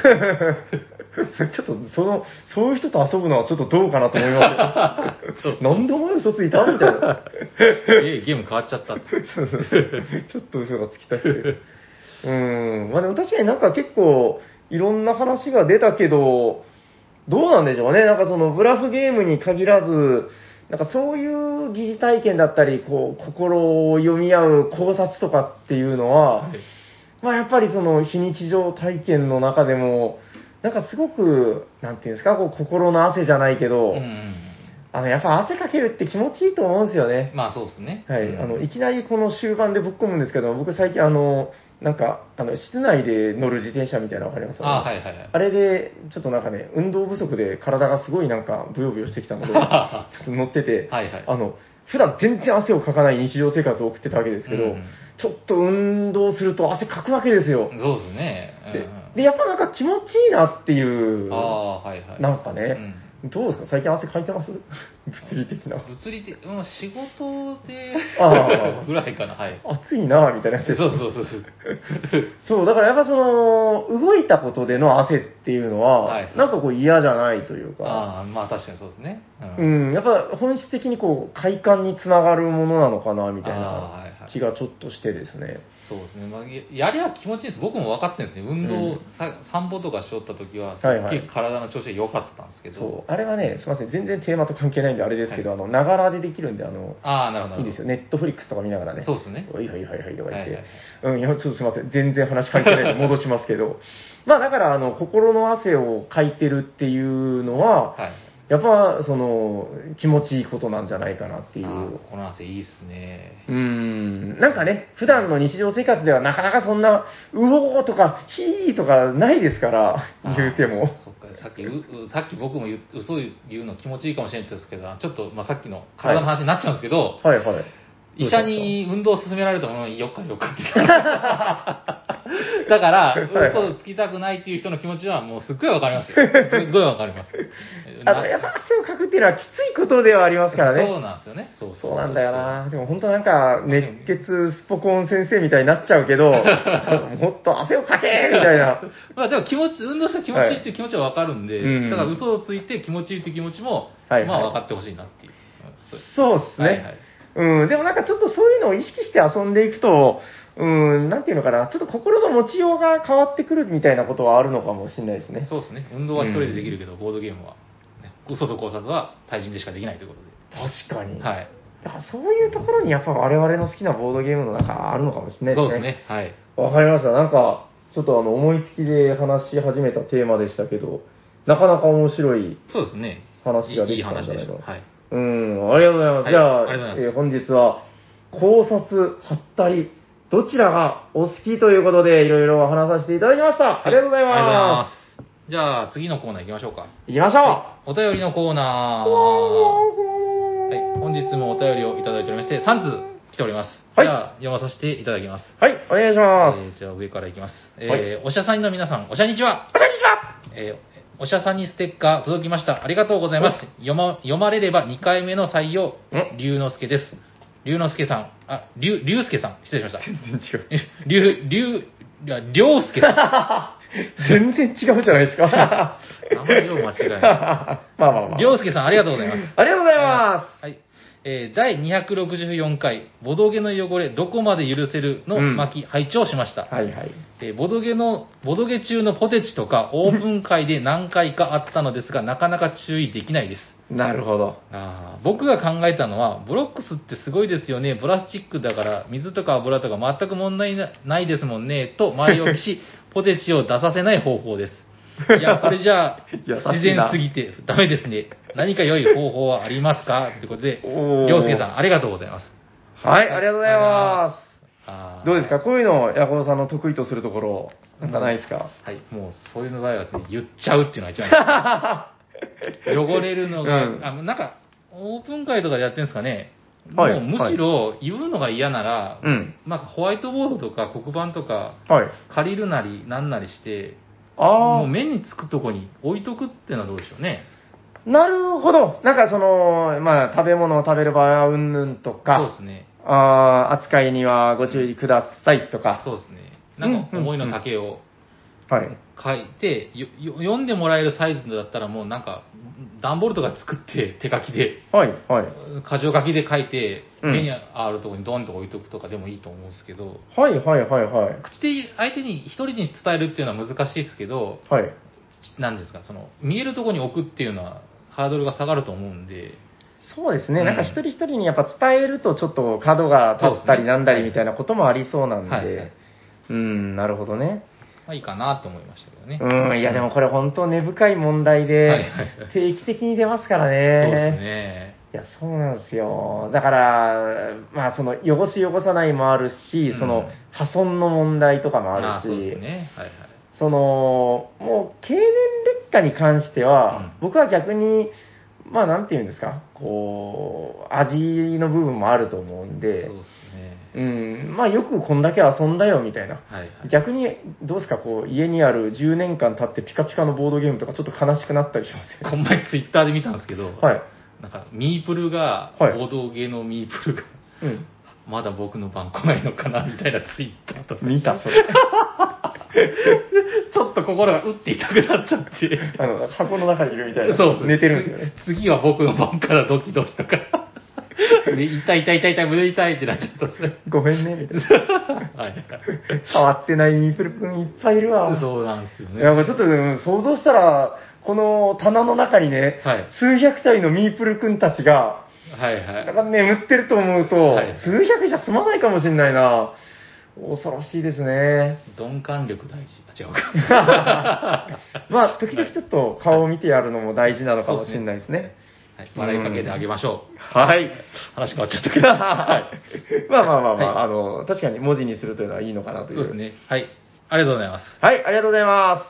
ょっとそういう人と遊ぶのはちょっとどうかなと思いますけど。なんでお前嘘ついたみたいな。 ゲーム変わっちゃったって。 ちょっと嘘がつきたくて。まあでも確かになんか結構いろんな話が出たけど、どうなんでしょうね。なんかブラフゲームに限らず、なんかそういう疑似体験だったり、心を読み合う考察とかっていうのは、まあやっぱり非日常体験の中でも、なんかすごく、なんていうんですか、心の汗じゃないけど、やっぱ汗かけるって気持ちいいと思うんですよね。 まあそうですね。 はい。いきなりこの終盤でぶっ込むんですけど、僕最近なんか、室内で乗る自転車みたいなのわかりますか？あれで、ちょっとなんかね、運動不足で体がすごいなんか、ブヨブヨしてきたので、ちょっと乗ってて、普段全然汗をかかない日常生活を送ってたわけですけど、ちょっと運動すると汗かくわけですよ。 そうですね。 で、やっぱなんか気持ちいいなっていう、なんかね、どうですか最近汗かいてます物理的な。 物理的、仕事でぐらいかな、 暑いなみたいなやつです。 そう。 そう、だからやっぱ動いたことでの汗っていうのは、なんか嫌じゃないというか。 まあ確かにそうですね。 やっぱ本質的に快感につながるものなのかな、みたいな気がちょっとしてですね。 そうですね。まあ、やりゃ気持ちいいです。僕も分かってるんですね。運動、散歩とかしよった時は、すっげえ体の調子が良かったんですけど。 そう、あれはね、すみません、全然テーマと関係ないんであれですけど、ながらでできるんで、 なるほど。 いいですよ。ネットフリックスとか見ながらね。 そうですね。 はいとか言って。いや、ちょっとすみません、全然話関係ないんで戻しますけど。まあだから、心の汗をかいてるっていうのは、 やっぱ、気持ちいいことなんじゃないかなっていう。 この汗いいっすね。 なんかね、普段の日常生活ではなかなかそんな、うおーとか、ひーとかないですから、言うても。 そっか、さっき僕も嘘言うの気持ちいいかもしれないですけど、ちょっと、さっきの体の話になっちゃうんですけど、 はいはい。 医者に運動を勧められたものによっかよっかってだから、嘘をつきたくないっていう人の気持ちはもうすっごいわかりますよ。すっごいわかります。 やっぱ汗をかくっていうのはきついことではありますからね。 そうなんですよね。 そうなんだよな。でも本当なんか、熱血スポコン先生みたいになっちゃうけど、もっと汗をかけみたいな。 でも運動したら気持ちいいっていう気持ちはわかるんで、だから嘘をついて気持ちいいっていう気持ちも、分かってほしいなっていう。 そうですね。でもなんかちょっとそういうのを意識して遊んでいくと、なんていうのかな、ちょっと心の持ちようが変わってくるみたいなことはあるのかもしれないですね。 そうですね。運動は一人でできるけど、ボードゲームは、嘘と考察は対人でしかできないということで。 確かに。 はい。 だからそういうところにやっぱ我々の好きなボードゲームの中あるのかもしれないですね。 そうですね。はい。 わかりました。なんか、ちょっと思いつきで話し始めたテーマでしたけど、なかなか面白いそうですね。 話ができたんじゃないかな。 はい。 ありがとうございます。じゃあ、本日は考察、はったり、どちらがお好きということでいろいろ話させていただきました。ありがとうございます。 ありがとうございます。じゃあ次のコーナー行きましょうか。 行きましょう。お便りのコーナー。はい。本日もお便りをいただいておりまして、3通来ております。 はい。 じゃあ読まさせていただきます。 はい、お願いします。 じゃあ上からいきます。おしゃさんの皆さん、おしゃにちは。 おしゃにちは。 おしゃさんにステッカー届きました。ありがとうございます。読まれれば2回目の採用、龍之介です。龍之介さん、龍介さん、失礼しました。 全然違う。 龍介さん。全然違うじゃないですか。 名前を間違えない。 まあ。 龍介さん、ありがとうございます。 ありがとうございます。 はい。第264回、ボドゲの汚れ、どこまで許せるの巻、拝聴しました。 はいはい。 ボドゲ中のポテチとか、オープン会で何回かあったのですが、なかなか注意できないです。 なるほど。 僕が考えたのは、ブロックスってすごいですよね。プラスチックだから、水とか油とか全く問題ないですもんね。と前置きし、ポテチを出させない方法です。いや、これじゃあ、自然すぎてダメですね。何か良い方法はありますかということで、りょうすけさん、ありがとうございます。 はい、ありがとうございます。どうですか、こういうのをヤコウさんの得意とするところ、なんかないですか？ はい、もうそういうの場合はですね、言っちゃうっていうのが一番いい。汚れるのが、なんか、オープン会とかでやってるんですかね。もうむしろ言うのが嫌なら、なんかホワイトボードとか黒板とか、借りるなりなんなりして、もう目につくとこに置いとくっていうのはどうでしょうね。 なるほど。なんか食べ物を食べる場合はうんぬんとか、 そうですね。 扱いにはご注意くださいとか。 そうですね。なんか思いの丈を書いて、読んでもらえるサイズだったらもうなんか、段ボールとか作って手書きで、箇条書きで書いて、目にあるところにドンと置いとくとかでもいいと思うんですけど、口で相手に一人に伝えるっていうのは難しいですけど、なんですか、見えるところに置くっていうのはハードルが下がると思うんで、 そうですね、なんか一人一人にやっぱ伝えるとちょっと角が立ったりなんだりみたいなこともありそうなんで、なるほどね。 いいかなと思いましたけどね。 いやでもこれ本当根深い問題で、定期的に出ますからね。 そうですね。 いや、そうなんですよ。だから、汚す汚さないもあるし、破損の問題とかもあるし、 そうですね。 もう、経年劣化に関しては、僕は逆に、なんていうんですか、味の部分もあると思うんで、 そうですね。 よくこんだけ遊んだよみたいな。逆に、どうですか、家にある10年間経ってピカピカのボードゲームとかちょっと悲しくなったりしますよ。 この前ツイッターで見たんですけど、なんか、ミープルが、ボードゲーのミープルが、まだ僕の番来ないのかなみたいなツイッターとか。 見た、それ。 ちょっと心が打って痛くなっちゃって。 箱の中にいるみたいな。 そうです。 寝てるんですよね。 次は僕の番からドキドキとか。痛い、胸痛いってなっちゃったんですね。 ごめんね、みたいな。変わってないミープルくんいっぱいいるわ。 そうなんですよね。 いや、ちょっと想像したら、この棚の中にね、数百体のミープルくんたちが、なんか眠ってると思うと、数百じゃ済まないかもしれないな。 恐ろしいですね。 鈍感力大事。あ、違うか。 まあ、時々ちょっと顔を見てやるのも大事なのかもしれないですね。 はい、笑いかけてあげましょう。 はい。 話変わっちゃったけど。はい。 まあまあまあまあ、 は確かに文字にするというのはいいのかなという。 そうですね。はい。ありがとうございます。 はい、ありがとうございます。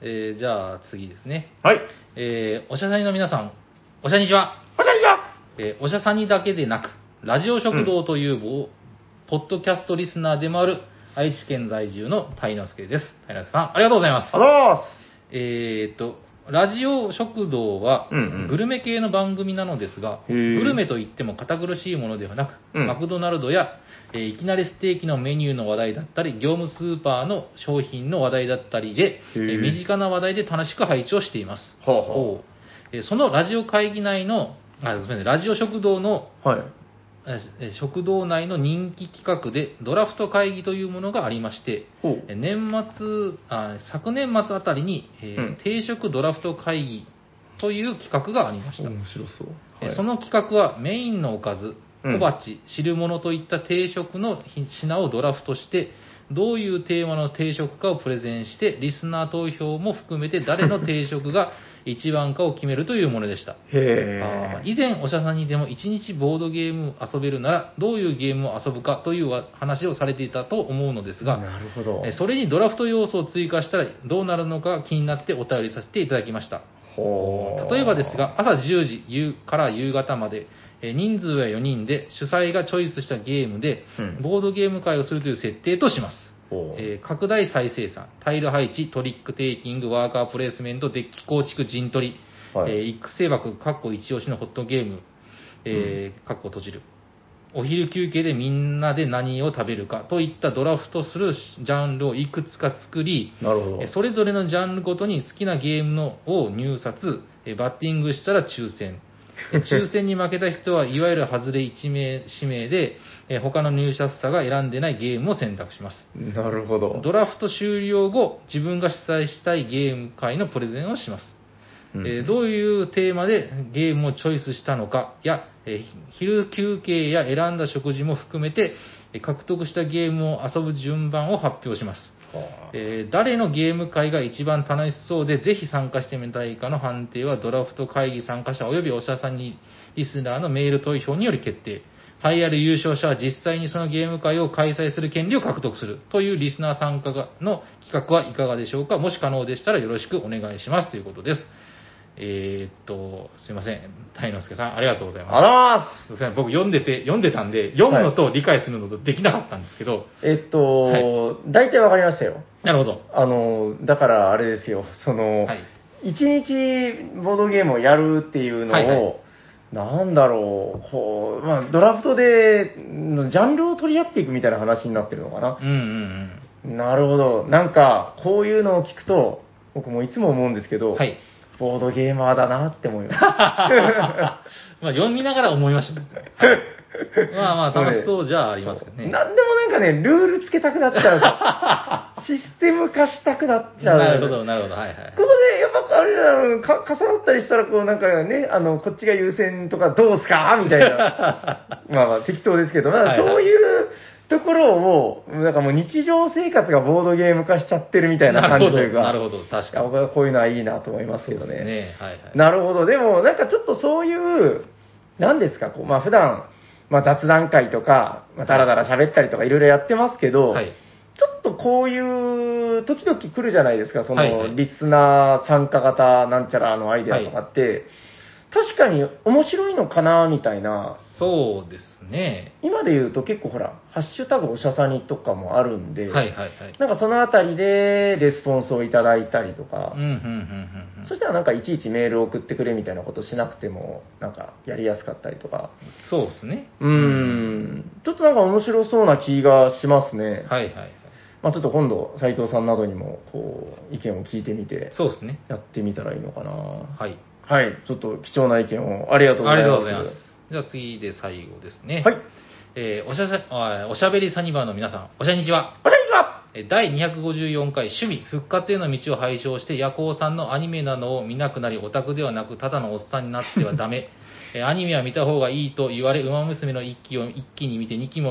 じゃあ次ですね。 はい。 おしゃさにの皆さん、おしゃにちは。 おしゃにちは。 おしゃさにだけでなく、ラジオ食堂というポッドキャストリスナーでもある愛知県在住のタイノスケです。タイノスケさん、ありがとうございます。 ありがとうございます。 ラジオ食堂はうんうんグルメ系の番組なのですが、 へーグルメといっても堅苦しいものではなく、 うんマクドナルドや、いきなりステーキのメニューの話題だったり、業務スーパーの商品の話題だったりで、 へー身近な話題で楽しく配置をしています。 はあはそのラジオ会議内の、すみません、ラジオ食堂のはい。 食堂内の人気企画でドラフト会議というものがありまして、 ほう。 昨年末あたりに、 うん定食ドラフト会議という企画がありました。 面白そう。はいその企画はメインのおかず、 うん小鉢、汁物といった定食の品をドラフトして、どういうテーマの定食かをプレゼンして、リスナー投票も含めて誰の定食が一番かを決めるというものでした。 へ以前おしゃさんにでも1日ボードゲーム遊べるならどういうゲームを遊ぶかという話をされていたと思うのですが、 なるほど。 それにドラフト要素を追加したらどうなるのか気になってお便りさせていただきました。 ほう。 例えばですが、朝10時から夕方まで、人数は4人で主催がチョイスしたゲームで、 うんボードゲーム会をするという設定とします。 ほう拡大再生産、タイル配置、トリックテイキング、ワーカープレイスメント、デッキ構築、陣取り、 はい育成枠、カッコ一押しのホットゲーム、カッコ閉じる。お昼休憩でみんなで何を食べるかといったドラフトするジャンルをいくつか作り、 なるほど。 それぞれのジャンルごとに好きなゲームのを入札、バッティングしたら抽選。抽選に負けた人はいわゆる外れ1名指名で、他の入札者が選んでないゲームを選択します。 なるほど。 ドラフト終了後、自分が主催したいゲーム会のプレゼンをします。 うんどういうテーマでゲームをチョイスしたのかや、昼休憩や選んだ食事も含めて、獲得したゲームを遊ぶ順番を発表します。 は誰のゲーム会が一番楽しそうでぜひ参加してみたいかの判定はドラフト会議参加者及びおしゃさんにリスナーのメール投票により決定。栄えある優勝者は実際にそのゲーム会を開催する権利を獲得するというリスナー参加の企画はいかがでしょうか。もし可能でしたらよろしくお願いしますということです。すいません。タイノスケさん、ありがとうございます。 あすいません。僕読んでたんで、読むのと理解するのとできなかったんですけど。 大体わかりましたよ。 なるほど。 だからあれですよ、 はい。 一日ボードゲームをやるっていうのを、 はいはいなんだろう、まあ、ドラフトで、ジャンルを取り合っていくみたいな話になってるのかな。 うんうんなるほど。なんか、こういうのを聞くと、僕もいつも思うんですけど、 うん。はい。 ボードゲーマーだなって思います。 まあ読みながら思いましたね。まあまあ楽しそうじゃありますけどね。 なんでもなんかね、ルールつけたくなっちゃう。システム化したくなっちゃう。 なるほど、なるほど。はいはい。 ここで、やっぱ、あれだろう、重なったりしたら、こう、なんかね、こっちが優先とか、どうすかみたいな。まあまあ、適当ですけど、まあ、 はいはいそういうところを、なんかもう日常生活がボードゲーム化しちゃってるみたいな感じというか。 なるほど、確かに。 僕はこういうのはいいなと思いますけどそうですね。 ね。はいはい。 なるほど。でも、なんかちょっとそういう、何ですか、こう、まあ普段、まあ雑談会とか、まあダラダラ喋ったりとかいろいろやってますけど、 はい。 ちょっとこういう時々来るじゃないですか、そはいはいのリスナー参加型なんちゃらのアイデアとかって、確かに面白いのかなみたいな、 そうですね。 今で言うと結構ほら、ハッシュタグおしゃさにとかもあるんで、 はいはいはい。 なんかそのあたりでレスポンスをいただいたりとか、 うん、うん、うん、うん。 そしたらなんかいちいちメールを送ってくれみたいなことしなくても、なんかやりやすかったりとか、 そうですね。 ちょっとなんか面白そうな気がしますね。 はいはいはい。 まあちょっと今度、斉藤さんなどにも、こう、意見を聞いてみて、 そうですね。 やってみたらいいのかな。 はい。 はい、ちょっと貴重な意見をありがとうございます。 ありがとうございます。じゃあ次で最後ですね。 はい。 おしゃべりサニバーの皆さん、おしゃにちは。 こんにちは。 第254回趣味復活への道を拝唱して夜行さんのアニメなどを見なくなりオタクではなくただのおっさんになってはダメアニメは見た方がいいと言われ馬娘の1期を一気に見て2期も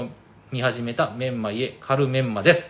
見始めたメンマ家カルメンマです。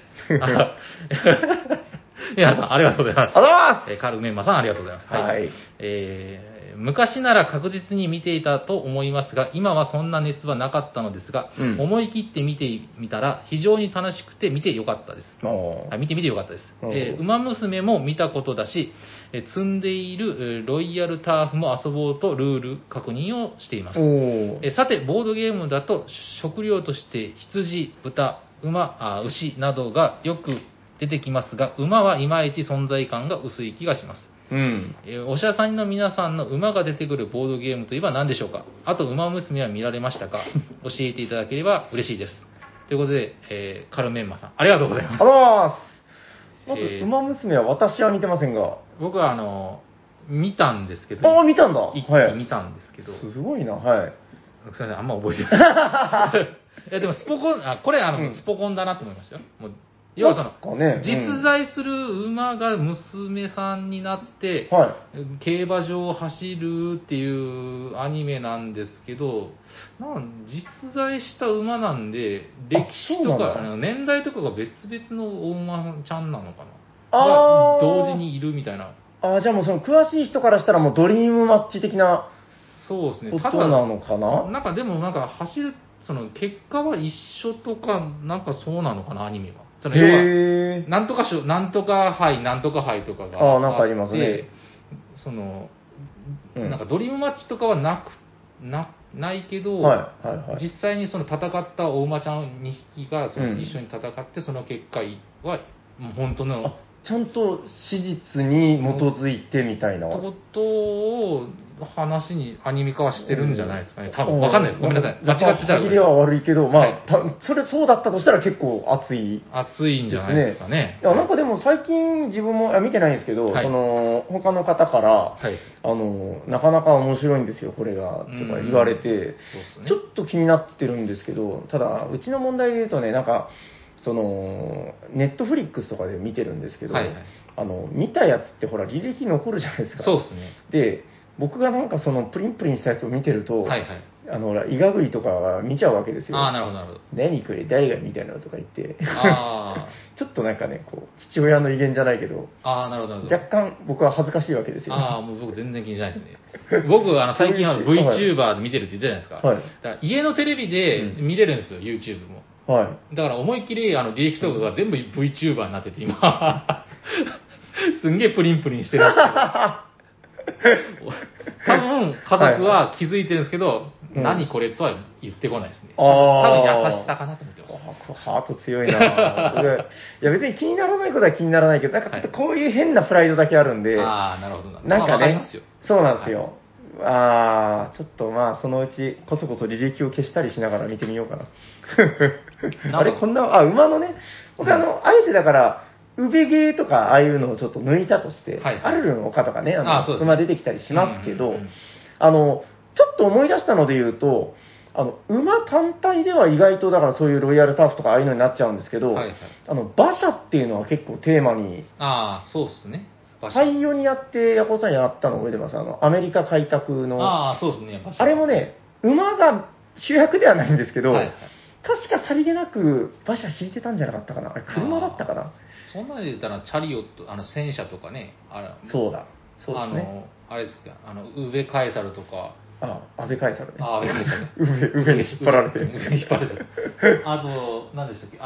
皆さん、ありがとうございます。 ありがとうございます。 カルメンマさん、ありがとうございます。 はい。 昔なら確実に見ていたと思いますが、今はそんな熱はなかったのですが、思い切って見てみたら非常に楽しくて見てよかったです。見てよかったです。ウマ娘も見たことだし、積んでいるロイヤルターフも遊ぼうとルール確認をしています。さて、ボードゲームだと食料として羊、豚、馬、牛などがよく出てきますが、馬はいまいち存在感が薄い気がします。おしゃさんの皆さんの馬が出てくるボードゲームといえば何でしょうか。あと、馬娘は見られましたか。教えていただければ嬉しいです。ということで、カルメンマさん、ありがとうございます。 ありがとうございます。まず、馬娘は私は見てませんが。 僕は、見たんですけど。 見たんだ。 一気見たんですけど。 すごいな、はい。 すみません、あんま覚えてない。いや、でも、スポコン、これ、スポコンだなと思いましたよ。もう要は実在する馬が娘さんになって、競馬場を走るっていうアニメなんですけど、実在した馬なんで、歴史とか、年代とかが別々のお馬ちゃんなのかなが同時にいるみたいな。 じゃあもうその詳しい人からしたらもうドリームマッチ的なそうですね。 ことなのかな。 でも走る、結果は一緒とか、そうなのかな、アニメは。要はなんとか賞、なんとか杯、なんとか杯とかがあって、 なんかありますね。 ドリームマッチとかはないけど、実際に戦ったお馬ちゃん2匹が一緒に戦って、その結果は、本当の。 ちゃんと史実に基づいてみたいな。 ことを話にアニメ化はしてるんじゃないですかね。多分わかんないです。ごめんなさい。間違ってたら。 歯切れは悪いけど、そうだったとしたら結構熱い。 熱いんじゃないですかね。 いや、でも最近自分も見てないんですけど、他の方から、なかなか面白いんですよ、これが、とか言われて、ちょっと気になってるんですけど、ただ、うちの問題で言うとね、ネットフリックスとかで見てるんですけど、見たやつってほら、履歴残るじゃないですか。 そうですね。 で、僕がプリンプリンしたやつを見てると、イガグリとか見ちゃうわけですよ。 なるほど、なるほど。 何これ、誰が見たのとか言って、ちょっと父親の威厳じゃないけど、 なるほど。 若干僕は恥ずかしいわけですよ。 もう僕全然気にしないですね。僕、最近VTuber で見てるって言ったじゃないですか。だから家のテレビで見れるんですよ、YouTube も。だから思いっきりディレクトとかが全部 VTuber になってて、今、すんげえプリンプリンしてるんですけど、多分家族は気づいてるんですけど、何これとは言ってこないですね。多分優しさかなと思ってます。 ハート強いな。いや別に気にならないことは気にならないけど、ちょっとこういう変なプライドだけあるんで、 なるほどね。 そうなんですよ。ちょっとそのうちこそこそ履歴を消したりしながら見てみようかな。馬のね、僕あえてだから、ウベゲーとかああいうのをちょっと抜いたとして、アルルの丘とかね、馬出てきたりしますけど、ちょっと思い出したので言うと、馬単体では意外とだからそういうロイヤルターフとかああいうのになっちゃうんですけど、馬車っていうのは結構テーマに、 そうですね。 パイオニアってヤコウさんやったの覚えてます？アメリカ開拓の。 そうですね。 あれもね、馬が主役ではないんですけど、確かさりげなく馬車引いてたんじゃなかったかな。車だったかな。 そんなに言ったら、チャリオット、戦車とかね、 そうですね。 あれですか、ウベカエサルとか。 安倍カエサルね。 安倍カエサルね。 ウベに引っ張られて。 ウベに引っ張られて。何でしたっけ、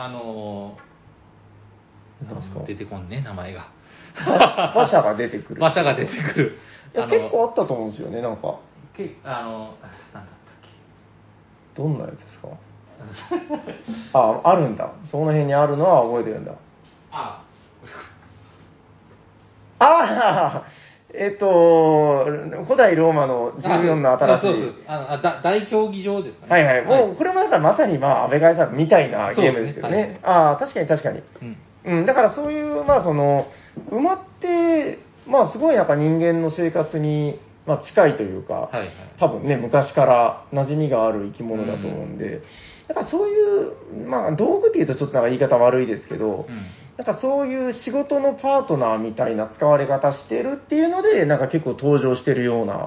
出てこんね、名前が。 馬車が出てくる。 馬車が出てくる。 いや結構あったと思うんですよね、なんだったっけ。どんなやつですか？あるんだ。その辺にあるのは覚えてるんだ。古代ローマの14の新しい。 そう。大競技場ですかね。 もう、これもだからまさに安倍カエサルみたいなゲームですけどね。確かに。だからそういう、馬って、すごい人間の生活に、近いというか、多分ね、昔から馴染みがある生き物だと思うんで、だからそういう、道具っていうとちょっと言い方悪いですけど、そういう仕事のパートナーみたいな使われ方してるっていうので、結構登場してるような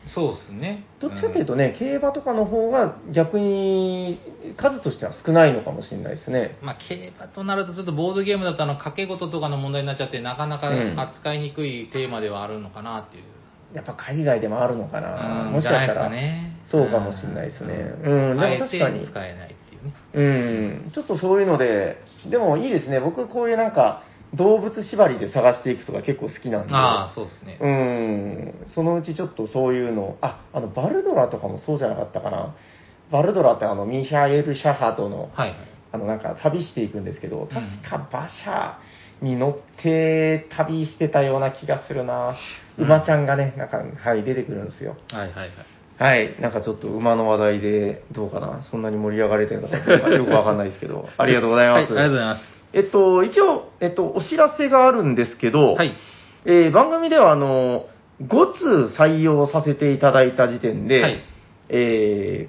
そうですね。 どっちかというとね、競馬とかの方が逆に数としては少ないのかもしれないですね。 まあ、競馬となると、ちょっとボードゲームだと掛け事とかの問題になっちゃって、なかなか扱いにくいテーマではあるのかなっていう。 やっぱ海外でもあるのかな。もしじゃないですかしたら、 かね。 そうかもしれないですね。でも確かに。 使えないっていうね。 ちょっとそういうので、でもいいですね。僕こういうなんか、動物縛りで探していくとか結構好きなんで。 そうですね。 そのうちちょっとそういうの、バルドラとかもそうじゃなかったかな。バルドラってミヒャエル・シャハトの、 はいはい、 なんか旅していくんですけど、確か馬車に乗って旅してたような気がするな。馬ちゃんがね、なんか、はい、出てくるんですよ。 はいはいはい。 はい、なんかちょっと馬の話題でどうかな。そんなに盛り上がれてるのかよくわかんないですけど、ありがとうございます。 はい、ありがとうございます。 一応、お知らせがあるんですけど、 はい。 番組では、5通採用させていただいた時点で、はい、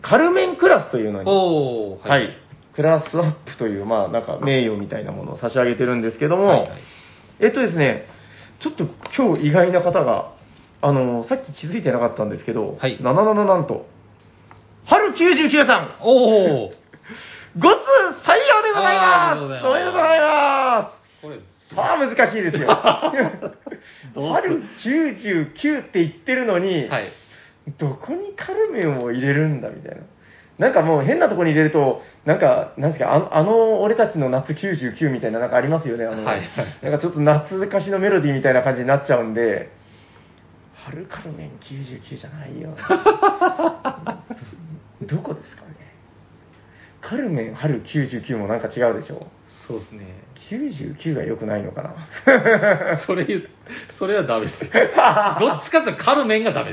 カルメンクラスというのに、はい、クラスアップという、まあ、なんか名誉みたいなものを差し上げてるんですけども、はいはい、ですね、ちょっと今日意外な方が、さっき気づいてなかったんですけど、はい、なんと、春99さん5通採用でございます。おめでとうございます。これさあ難しいですよ。春99って言ってるのに、はい、どこにカルメンを入れるんだみたいな。なんかもう変なところに入れると、なんですか、俺たちの夏99みたいななんかありますよね。はい、なんかちょっと夏歌詞のメロディーみたいな感じになっちゃうんで、春カルメン99じゃないよ。どこですかね。カルメン春99もなんか違うでしょ。 そうですね。 99が良くないのかな。 それはダメですよ。どっちかというとカルメンがダメです。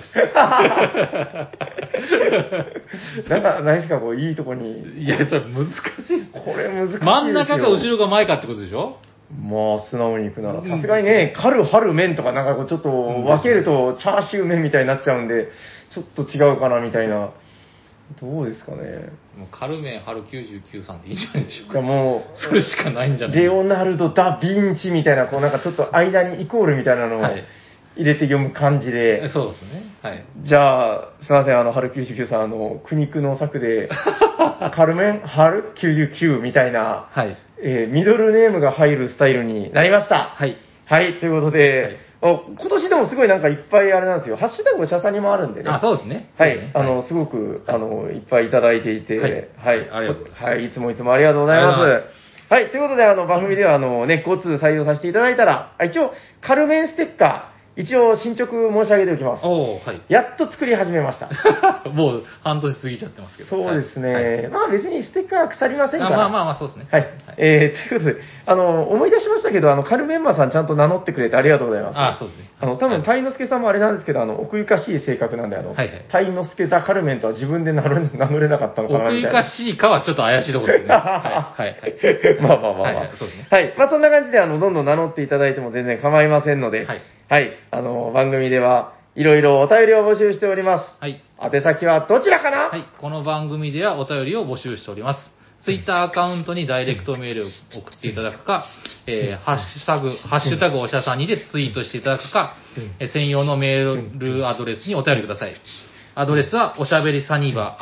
なんかないですか、こういいとこに。 いや、それ難しいです。 これ難しいですよ。 真ん中か後ろか前かってことでしょ。 まあ、素直にいくなら。さすがにね、カル、春、麺とかなんかこうちょっと分けるとチャーシュー麺みたいになっちゃうんで、ちょっと違うかなみたいな。どうですかね。 もうカルメン春99さんでいいんじゃないでしょうか。 もう、 それしかないんじゃないレオナルド・ダ・ヴィンチみたいな、こうなんかちょっと間にイコールみたいなのを入れて読む感じで。 はい、そうですね。はい。 じゃあ、すいません、春99さん、苦肉の策で、カルメン春99みたいな、はい。ミドルネームが入るスタイルになりました。 はい。 はい、ということで、はい、今年でもすごいなんかいっぱいあれなんですよ。ハッシュタグおしゃさにもあるんでね。 そうですね。 はい。すごく、いっぱいいただいていて、はい。 はい。ありがとうございます。 はい。いつもありがとうございます。はい。ということで、番組では、ね、5通採用させていただいたら、一応、カルメンステッカー、一応進捗申し上げておきます。 はい。 やっと作り始めました。 もう半年過ぎちゃってますけど。 そうですね。はい、まあ別にステッカーは腐りませんから。 まあそうですね。 はい。ということで、思い出しましたけど、カルメンマさんちゃんと名乗ってくれてありがとうございます。 そうですね。 多分、タイノスケさんもあれなんですけど、奥ゆかしい性格なんで、タイノスケザ・カルメンとは自分で名乗れなかったのかなみたいな。 奥ゆかしいかはちょっと怪しいところですね。はい。 まあ。そうですね。はい。まあそんな感じで、どんどん名乗っていただいても全然構いませんので、はい。番組ではいろいろお便りを募集しております。 はい。 宛先はどちらかな？ はい。この番組ではお便りを募集しております。ツイッターアカウントにダイレクトメールを送っていただくか、ハッシュタグおしゃさんにでツイートしていただくか、専用のメールアドレスにお便りください。アドレスは、おしゃべりサニバ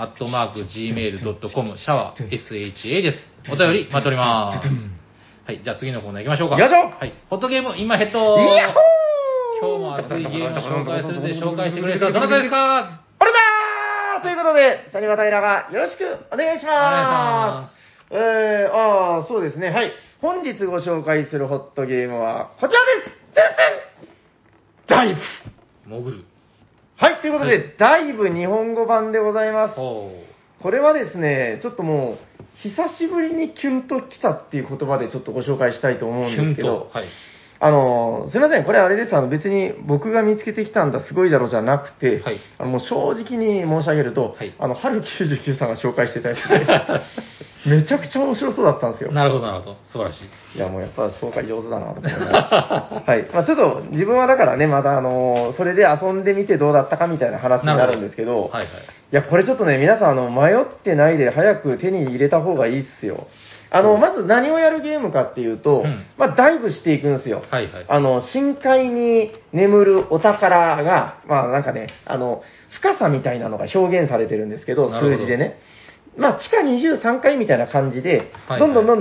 @gmail.com、シャワー SHA です。お便り待っております。はい。じゃあ次のコーナー行きましょうか。 よいしょ。 はい。ホットゲーム、今ヘッド。 ヤッホー。 今日も熱いゲームを紹介するので紹介してくれる人はどなたですか？ 俺だーということで、サニバタイラがよろしくお願いします。そうですね。はい。本日ご紹介するホットゲームはこちらです。ダイブ。 潜る。 はい。ということで、ダイブ日本語版でございます。これはですね、ちょっともう、久しぶりにキュンと来たっていう言葉でちょっとご紹介したいと思うんですけど、はい。すいません、これあれです。別に僕が見つけてきたんだ、すごいだろうじゃなくて、はい、もう正直に申し上げると、はい、春99さんが紹介してたやつで、めちゃくちゃ面白そうだったんですよ。 なるほど、なるほど。素晴らしい。 いや、もうやっぱ紹介上手だなと思います。はい。まあちょっと自分はだからね、まだそれで遊んでみてどうだったかみたいな話になるんですけど、はいはい。いや、これちょっとね、皆さん迷ってないで早く手に入れた方がいいっすよ。 まず何をやるゲームかっていうと、まあ、ダイブしていくんですよ。 はいはい。 深海に眠るお宝が、まあなんかね、深さみたいなのが表現されてるんですけど、 なるほど数字でね。まあ、地下23階みたいな感じで、 はいどんどん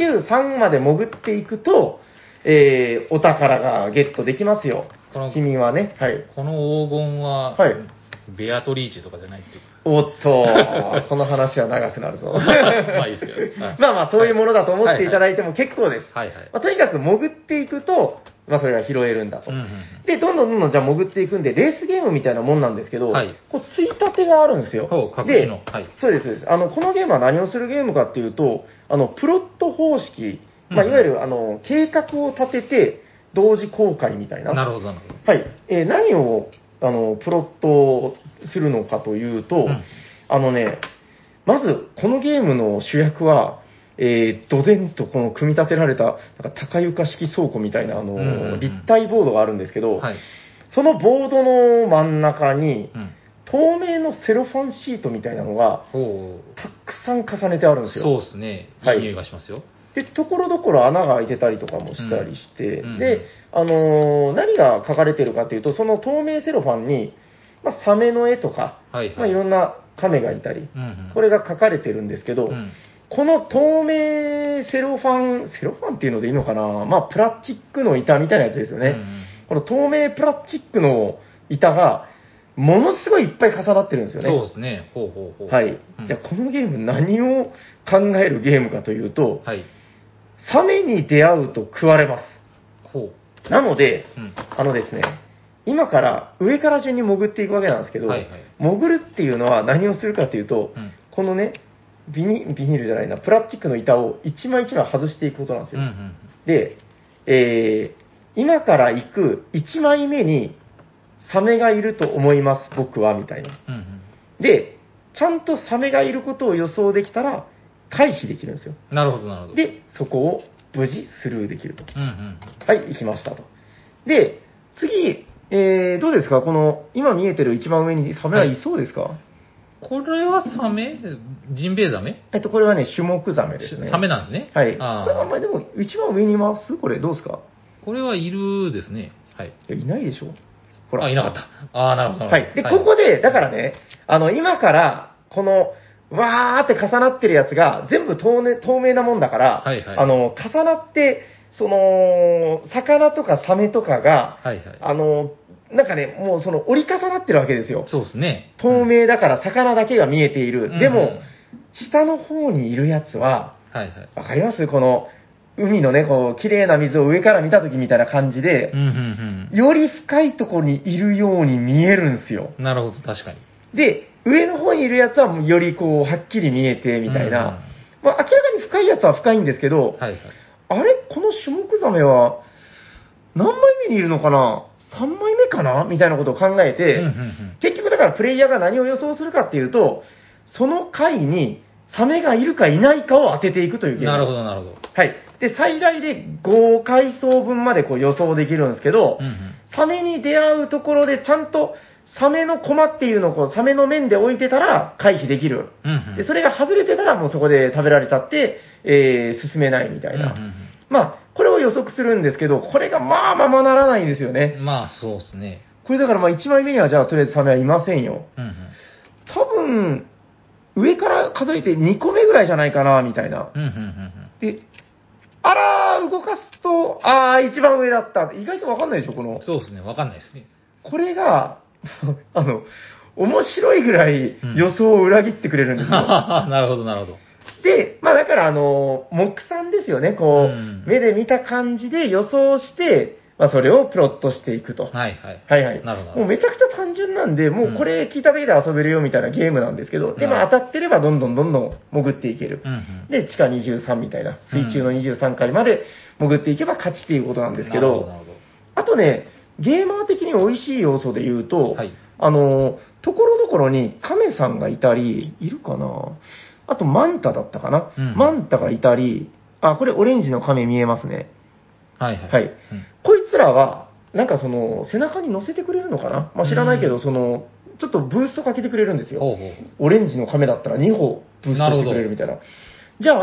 23まで潜っていくと、お宝がゲットできますよこの。 君はね。はい。 この黄金は、 はいベアトリーチェとかじゃないっていうおっと、この話は長くなるぞ。 まあいいですけど。はいまあまあ、そういうものだと思っていただいても結構です。 はいはい。 まあ、とにかく潜っていくと、まあ、それが拾えるんだと。 うんうんで、どんどんじゃあ潜っていくんで、レースゲームみたいなもんなんですけど、 はいこう、ついたてがあるんですよ。 ほう隠しのではいそうです、そうです。このゲームは何をするゲームかっていうと、プロット方式、まあ、 うんいわゆる、計画を立てて、同時公開みたいな。 なるほどなるほど。 はい。何を、プロットするのかというと、 うんまず、このゲームの主役は、どでんとこの組み立てられた、なんか高床式倉庫みたいな、立体ボードがあるんですけど、 はい。 そのボードの真ん中に、 うん。 透明のセロファンシートみたいなのが、 ほたくさん重ねてあるんう。 ですよ。 そうですね。いはいい匂いがしますよ。 で、ところどころ穴が開いてたりとかもしたりして、 うんで、何が書かれてるかというと、その透明セロファンに、まあ、サメの絵とか、 はいはい。 まあ、いろんな亀がいたり、 うんうん。 これが書かれてるんですけど、 うん。 この透明セロファンっていうのでいいのかな、まあ、プラスチックの板みたいなやつですよね。 うんうんこの透明プラスチックの板が、ものすごいいっぱい重なってるんですよね。 そうですね。ほうほうほう。 はい。 うんじゃあ、このゲーム何を考えるゲームかというと、 はい。 サメに出会うと食われます。 ほう。 なので、 うん。 ですね、今から上から順に潜っていくわけなんですけど、 はいはい潜るっていうのは何をするかというと、 うんこのね、ビニールじゃないな、プラスチックの板を一枚一枚外していくことなんですよ。 うんうん。 で、今から行く1枚目にサメがいると思います、僕は、みたいな。 うんうん。 で、ちゃんとサメがいることを予想できたら回避できるんですよ。 なるほどなるほど。 で、そこを無事スルーできると。 うんうん。 はい、行きましたと。で、次、どうですかこの、今見えてる一番上にサメはいそうですか、 これはサメジンベエザメこれはね、シュモクザメですね。 サメなんですね。 はい。 あこれはまあでも、一番上にいますこれ、どうですかこれはいるですね。はい。 いないでしょほら。 あ、いなかった。ああ、なるほど。 はい。で、ここで、だからね、今から、この、わーって重なってるやつが、全部透明なもんだから、 はいはい重なって、その、魚とかサメとかが、 はいはい。 なんかね、もうその折り重なってるわけですよ。 そうですね。 透明だから魚だけが見えている。 うんでもうん、 下の方にいるやつは、 はいはい。 わかりますこの、海のね、こう、綺麗な水を上から見た時みたいな感じでうん、うんより深いところにいるように見えるんですよ。 うん。なるほど、確かに。 で、上の方にいるやつはもうよりこう、はっきり見えてみたいな。 うんまあ、明らかに深いやつは深いんですけど、 はいはい。 あれこのシュモクザメは、何枚目にいるのかな ?3 枚目かなみたいなことを考えて、 うんうん結局だからプレイヤーが何を予想するかっていうと、その回にサメがいるかいないかを当てていくといううん。 ゲームです。 なるほど、なるほど。 はい。で、最大で5回層分までこう予想できるんですけど、 うんうん。 サメに出会うところでちゃんとサメのコマっていうのをこうサメの面で置いてたら回避できる。 うんうん。 で、それが外れてたらもうそこで食べられちゃって、進めないみたいな。 うんまあ、これを予測するんですけど、これがまあままならないんですようね。 ん。まあ、そうですね。 これだからまあ1枚目にはじゃあとりあえずサメはいませんよ。 うんうん。 多分、上から数えて2個目ぐらいじゃないかな、みたいな。 うんうんうんで、あらー、動かすと、あー、一番上だった。意外とわかんないでしょ、このうん。。そうですね。わかんないですね。 これが、面白いぐらい予想を裏切ってくれるんですよ。 なるほど、なるほど。 で、まあだから目算ですよね。こう、 うん目で見た感じで予想して、まあそれをプロットしていくと。 はいはい。 はいはい。 なるほどもうめちゃくちゃ単純なんで、もうこれ聞いただけで遊べるよみたいなゲームなんですけど、で、まあ当たってればどんどん潜っていける。 うんうん。 で、地下23みたいな、水中の23階まで潜っていけば勝ちっていうことなんですけど、 なるほど、なるほど。 あとね、ゲーマー的に美味しい要素で言うと、 はいところどころに亀さんがいたり、いるかなあとマンタだったかな、 うんマンタがいたり、あ、これオレンジの亀見えますね。 はいはい。 はいうんこいつらは、なんか背中に乗せてくれるのかなまあ、知らないけど、 うんちょっとブーストかけてくれるんですよ。 ほうほう。 オレンジの亀だったら2歩ブーストしてくれるみたいな。じゃあ、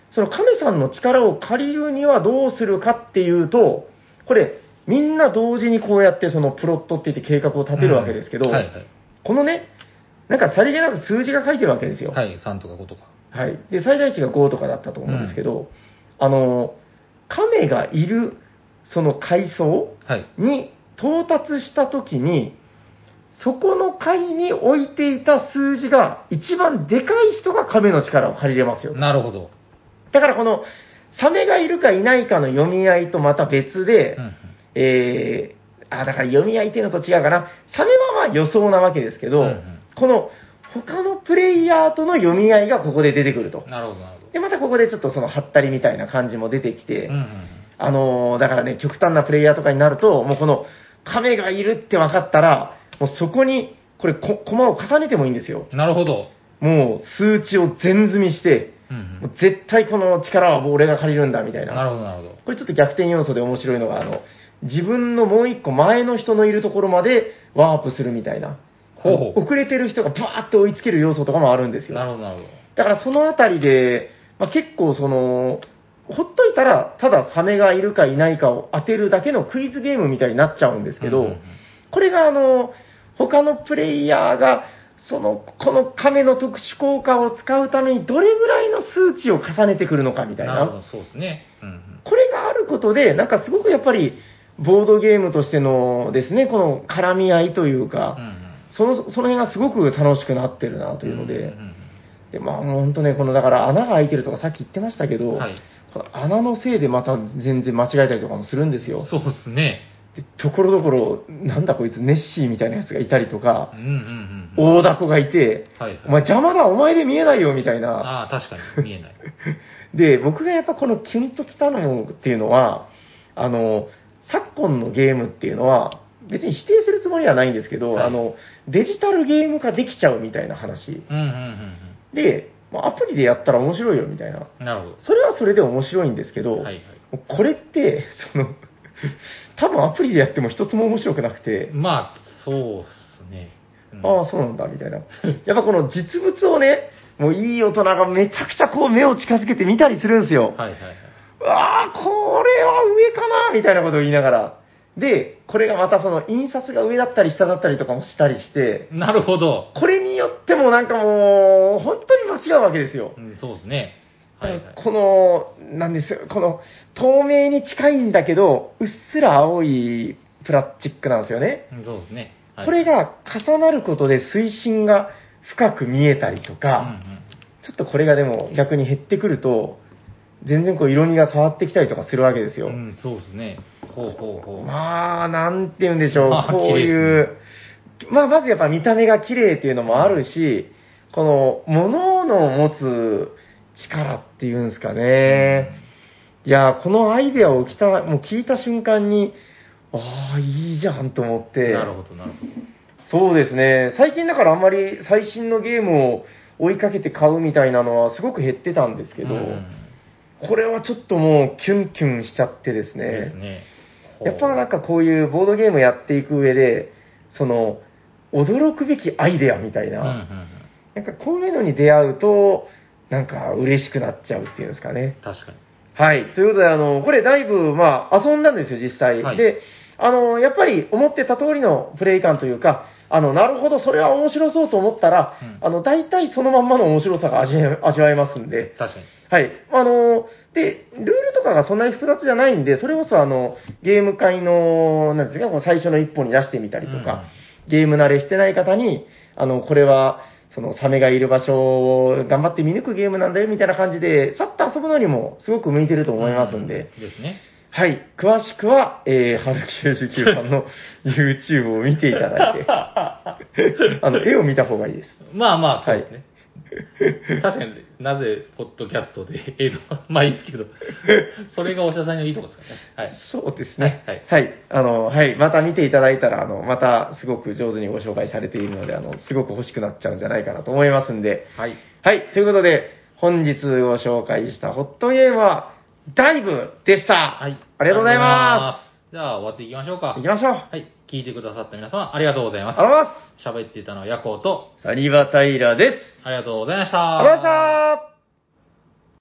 その亀さんの力を借りるにはどうするかっていうと、これ、みんな同時にこうやってそのプロットって言って計画を立てるわけですけど、 はいはい。 このね、なんかさりげなく数字が書いてるわけですよ。 はい、3とか5とか。 はい。で、最大値が5とかだったと思うんですけど、亀がいる、その階層はい。 に到達したときに、そこの階に置いていた数字が一番でかい人が亀の力を借りれますよ。 なるほど。 だからこの、サメがいるかいないかの読み合いとまた別で、 うんうん。 だから読み合いっていうのと違うかな。サメはまあ予想なわけですけど、 うんうんこの他のプレイヤーとの読み合いがここで出てくると。 なるほど、なるほど。 で、またここでちょっとそのハったりみたいな感じも出てきて、 うんうんだからね、極端なプレイヤーとかになると、もうこの亀がいるって分かったら、もうそこに、これ、駒を重ねてもいいんですよ。 うん。なるほど。 もう数値を全積みして、 うんもう絶対この力はもう俺が借りるんだみたいな。 なるほど、なるほど。 これちょっと逆転要素で面白いのが、自分のもう一個前の人のいるところまでワープするみたいな。 ほうほう遅れてる人がバーって追いつける要素とかもあるんですよ。 なるほど、なるほど。 だからそのあたりで、結構その、ほっといたら、ただサメがいるかいないかを当てるだけのクイズゲームみたいになっちゃうんですけど、 うんうんうんこれが他のプレイヤーが、この亀の特殊効果を使うためにどれぐらいの数値を重ねてくるのかみたいな。 なるほど、そうですね。うんうん。 これがあることで、なんかすごくやっぱり、ボードゲームとしてのですね、この絡み合いというか、 うんうんその辺がすごく楽しくなってるなというので、 うんうんで、もう本当ね、だから穴が開いてるとかさっき言ってましたけど、 はいこの穴のせいでまた全然間違えたりとかもするんですよ。 そうですね。 でところどころ、なんだこいつネッシーみたいなやつがいたりとかうん、うんうんうん。 大凧がいて、 はいはいお前邪魔だ、お前で見えないよみたいな。 ああ、確かに見えない。 で、僕がやっぱこのキュンときたのっていうのは、昨今のゲームっていうのは、別に否定するつもりはないんですけど、 はいデジタルゲーム化できちゃうみたいな話。 うんうんうんで、アプリでやったら面白いよみたいな。 うん。なるほど。 それはそれで面白いんですけど、 はいはい。 これって、多分アプリでやっても一つも面白くなくて、 まあ、そうっすね。うんああ、そうなんだ、みたいな。やっぱこの実物をね、もういい大人がめちゃくちゃこう目を近づけて見たりするんですよ。 はいはいはい。 ああ、これは上かな、みたいなことを言いながら。で、これがまたその印刷が上だったり下だったりとかもしたりして、 なるほど。 これによってもなんかもう、本当に間違うわけですよ。 うん、そうですね。はいはい。 この、なんですよ、この透明に近いんだけど、うっすら青いプラスチックなんですよね。 うんそうですね。はいこれが重なることで水深が深く見えたりとうんか、ちょっとこれがでも逆に減ってくると、全然こう色味が変わってきたりとかするわけですよ。 うん。うん、そうですね。ほうほうほう。 まあ、なんて言うんでしょう、 まあこういう、まずやっぱ見た目が綺麗っていうのもあるし、この、物の持つ力っていうんですかね。いや、このアイデアをもう聞いた瞬間に、ああ、いいじゃんと思って。 なるほど、なるほど。 そうですね。最近だからあんまり最新のゲームを追いかけて買うみたいなのはすごく減ってたんですけど、 うんこれはちょっともうキュンキュンしちゃってですね。 ですね。 やっぱなんかこういうボードゲームやっていく上で、驚くべきアイデアみたいな、 うんうんうん。 なんかこういうのに出会うと、なんか嬉しくなっちゃうっていうんですかね。 確かに。 はい。ということで、これだいぶ、遊んだんですよ、実際。 はいで、やっぱり思ってた通りのプレイ感というか、なるほど、それは面白そうと思ったら、大体そのまんまの面白さが味わえますんで、 確かに。 はい。で、ルールとかがそんなに複雑じゃないんで、それこそゲーム会の、なんですか、こう最初の一歩に出してみたりとか、ゲーム慣れしてない方に、これは、サメがいる場所を頑張って見抜くゲームなんだよ、みたいな感じで、さっと遊ぶのにもすごく向いてると思いますんで、 ですね。 はい。詳しくは、春99さんの YouTube を見ていただいて、絵を見た方がいいです。 まあまあ、そうですね。確かになぜ、ポッドキャストで映像、まあいいですけど、それがお医者さんのいいとこですからね。はい。 そうですね。 はいはい。はい。また見ていただいたら、またすごく上手にご紹介されているので、すごく欲しくなっちゃうんじゃないかなと思いますんで。 はい。 はい。ということで、本日ご紹介したホットゲームは、ダイブでした。 はい。 ありがとうございまじゃあ終わっていきましょうか。 す。行きましょう。 はい。聞いてくださった皆様、ありがとうございますあ。りがとうございます。 喋っていたのはヤコウと、 サニバタイラです。 ありがとうございました。 ありがとうございました。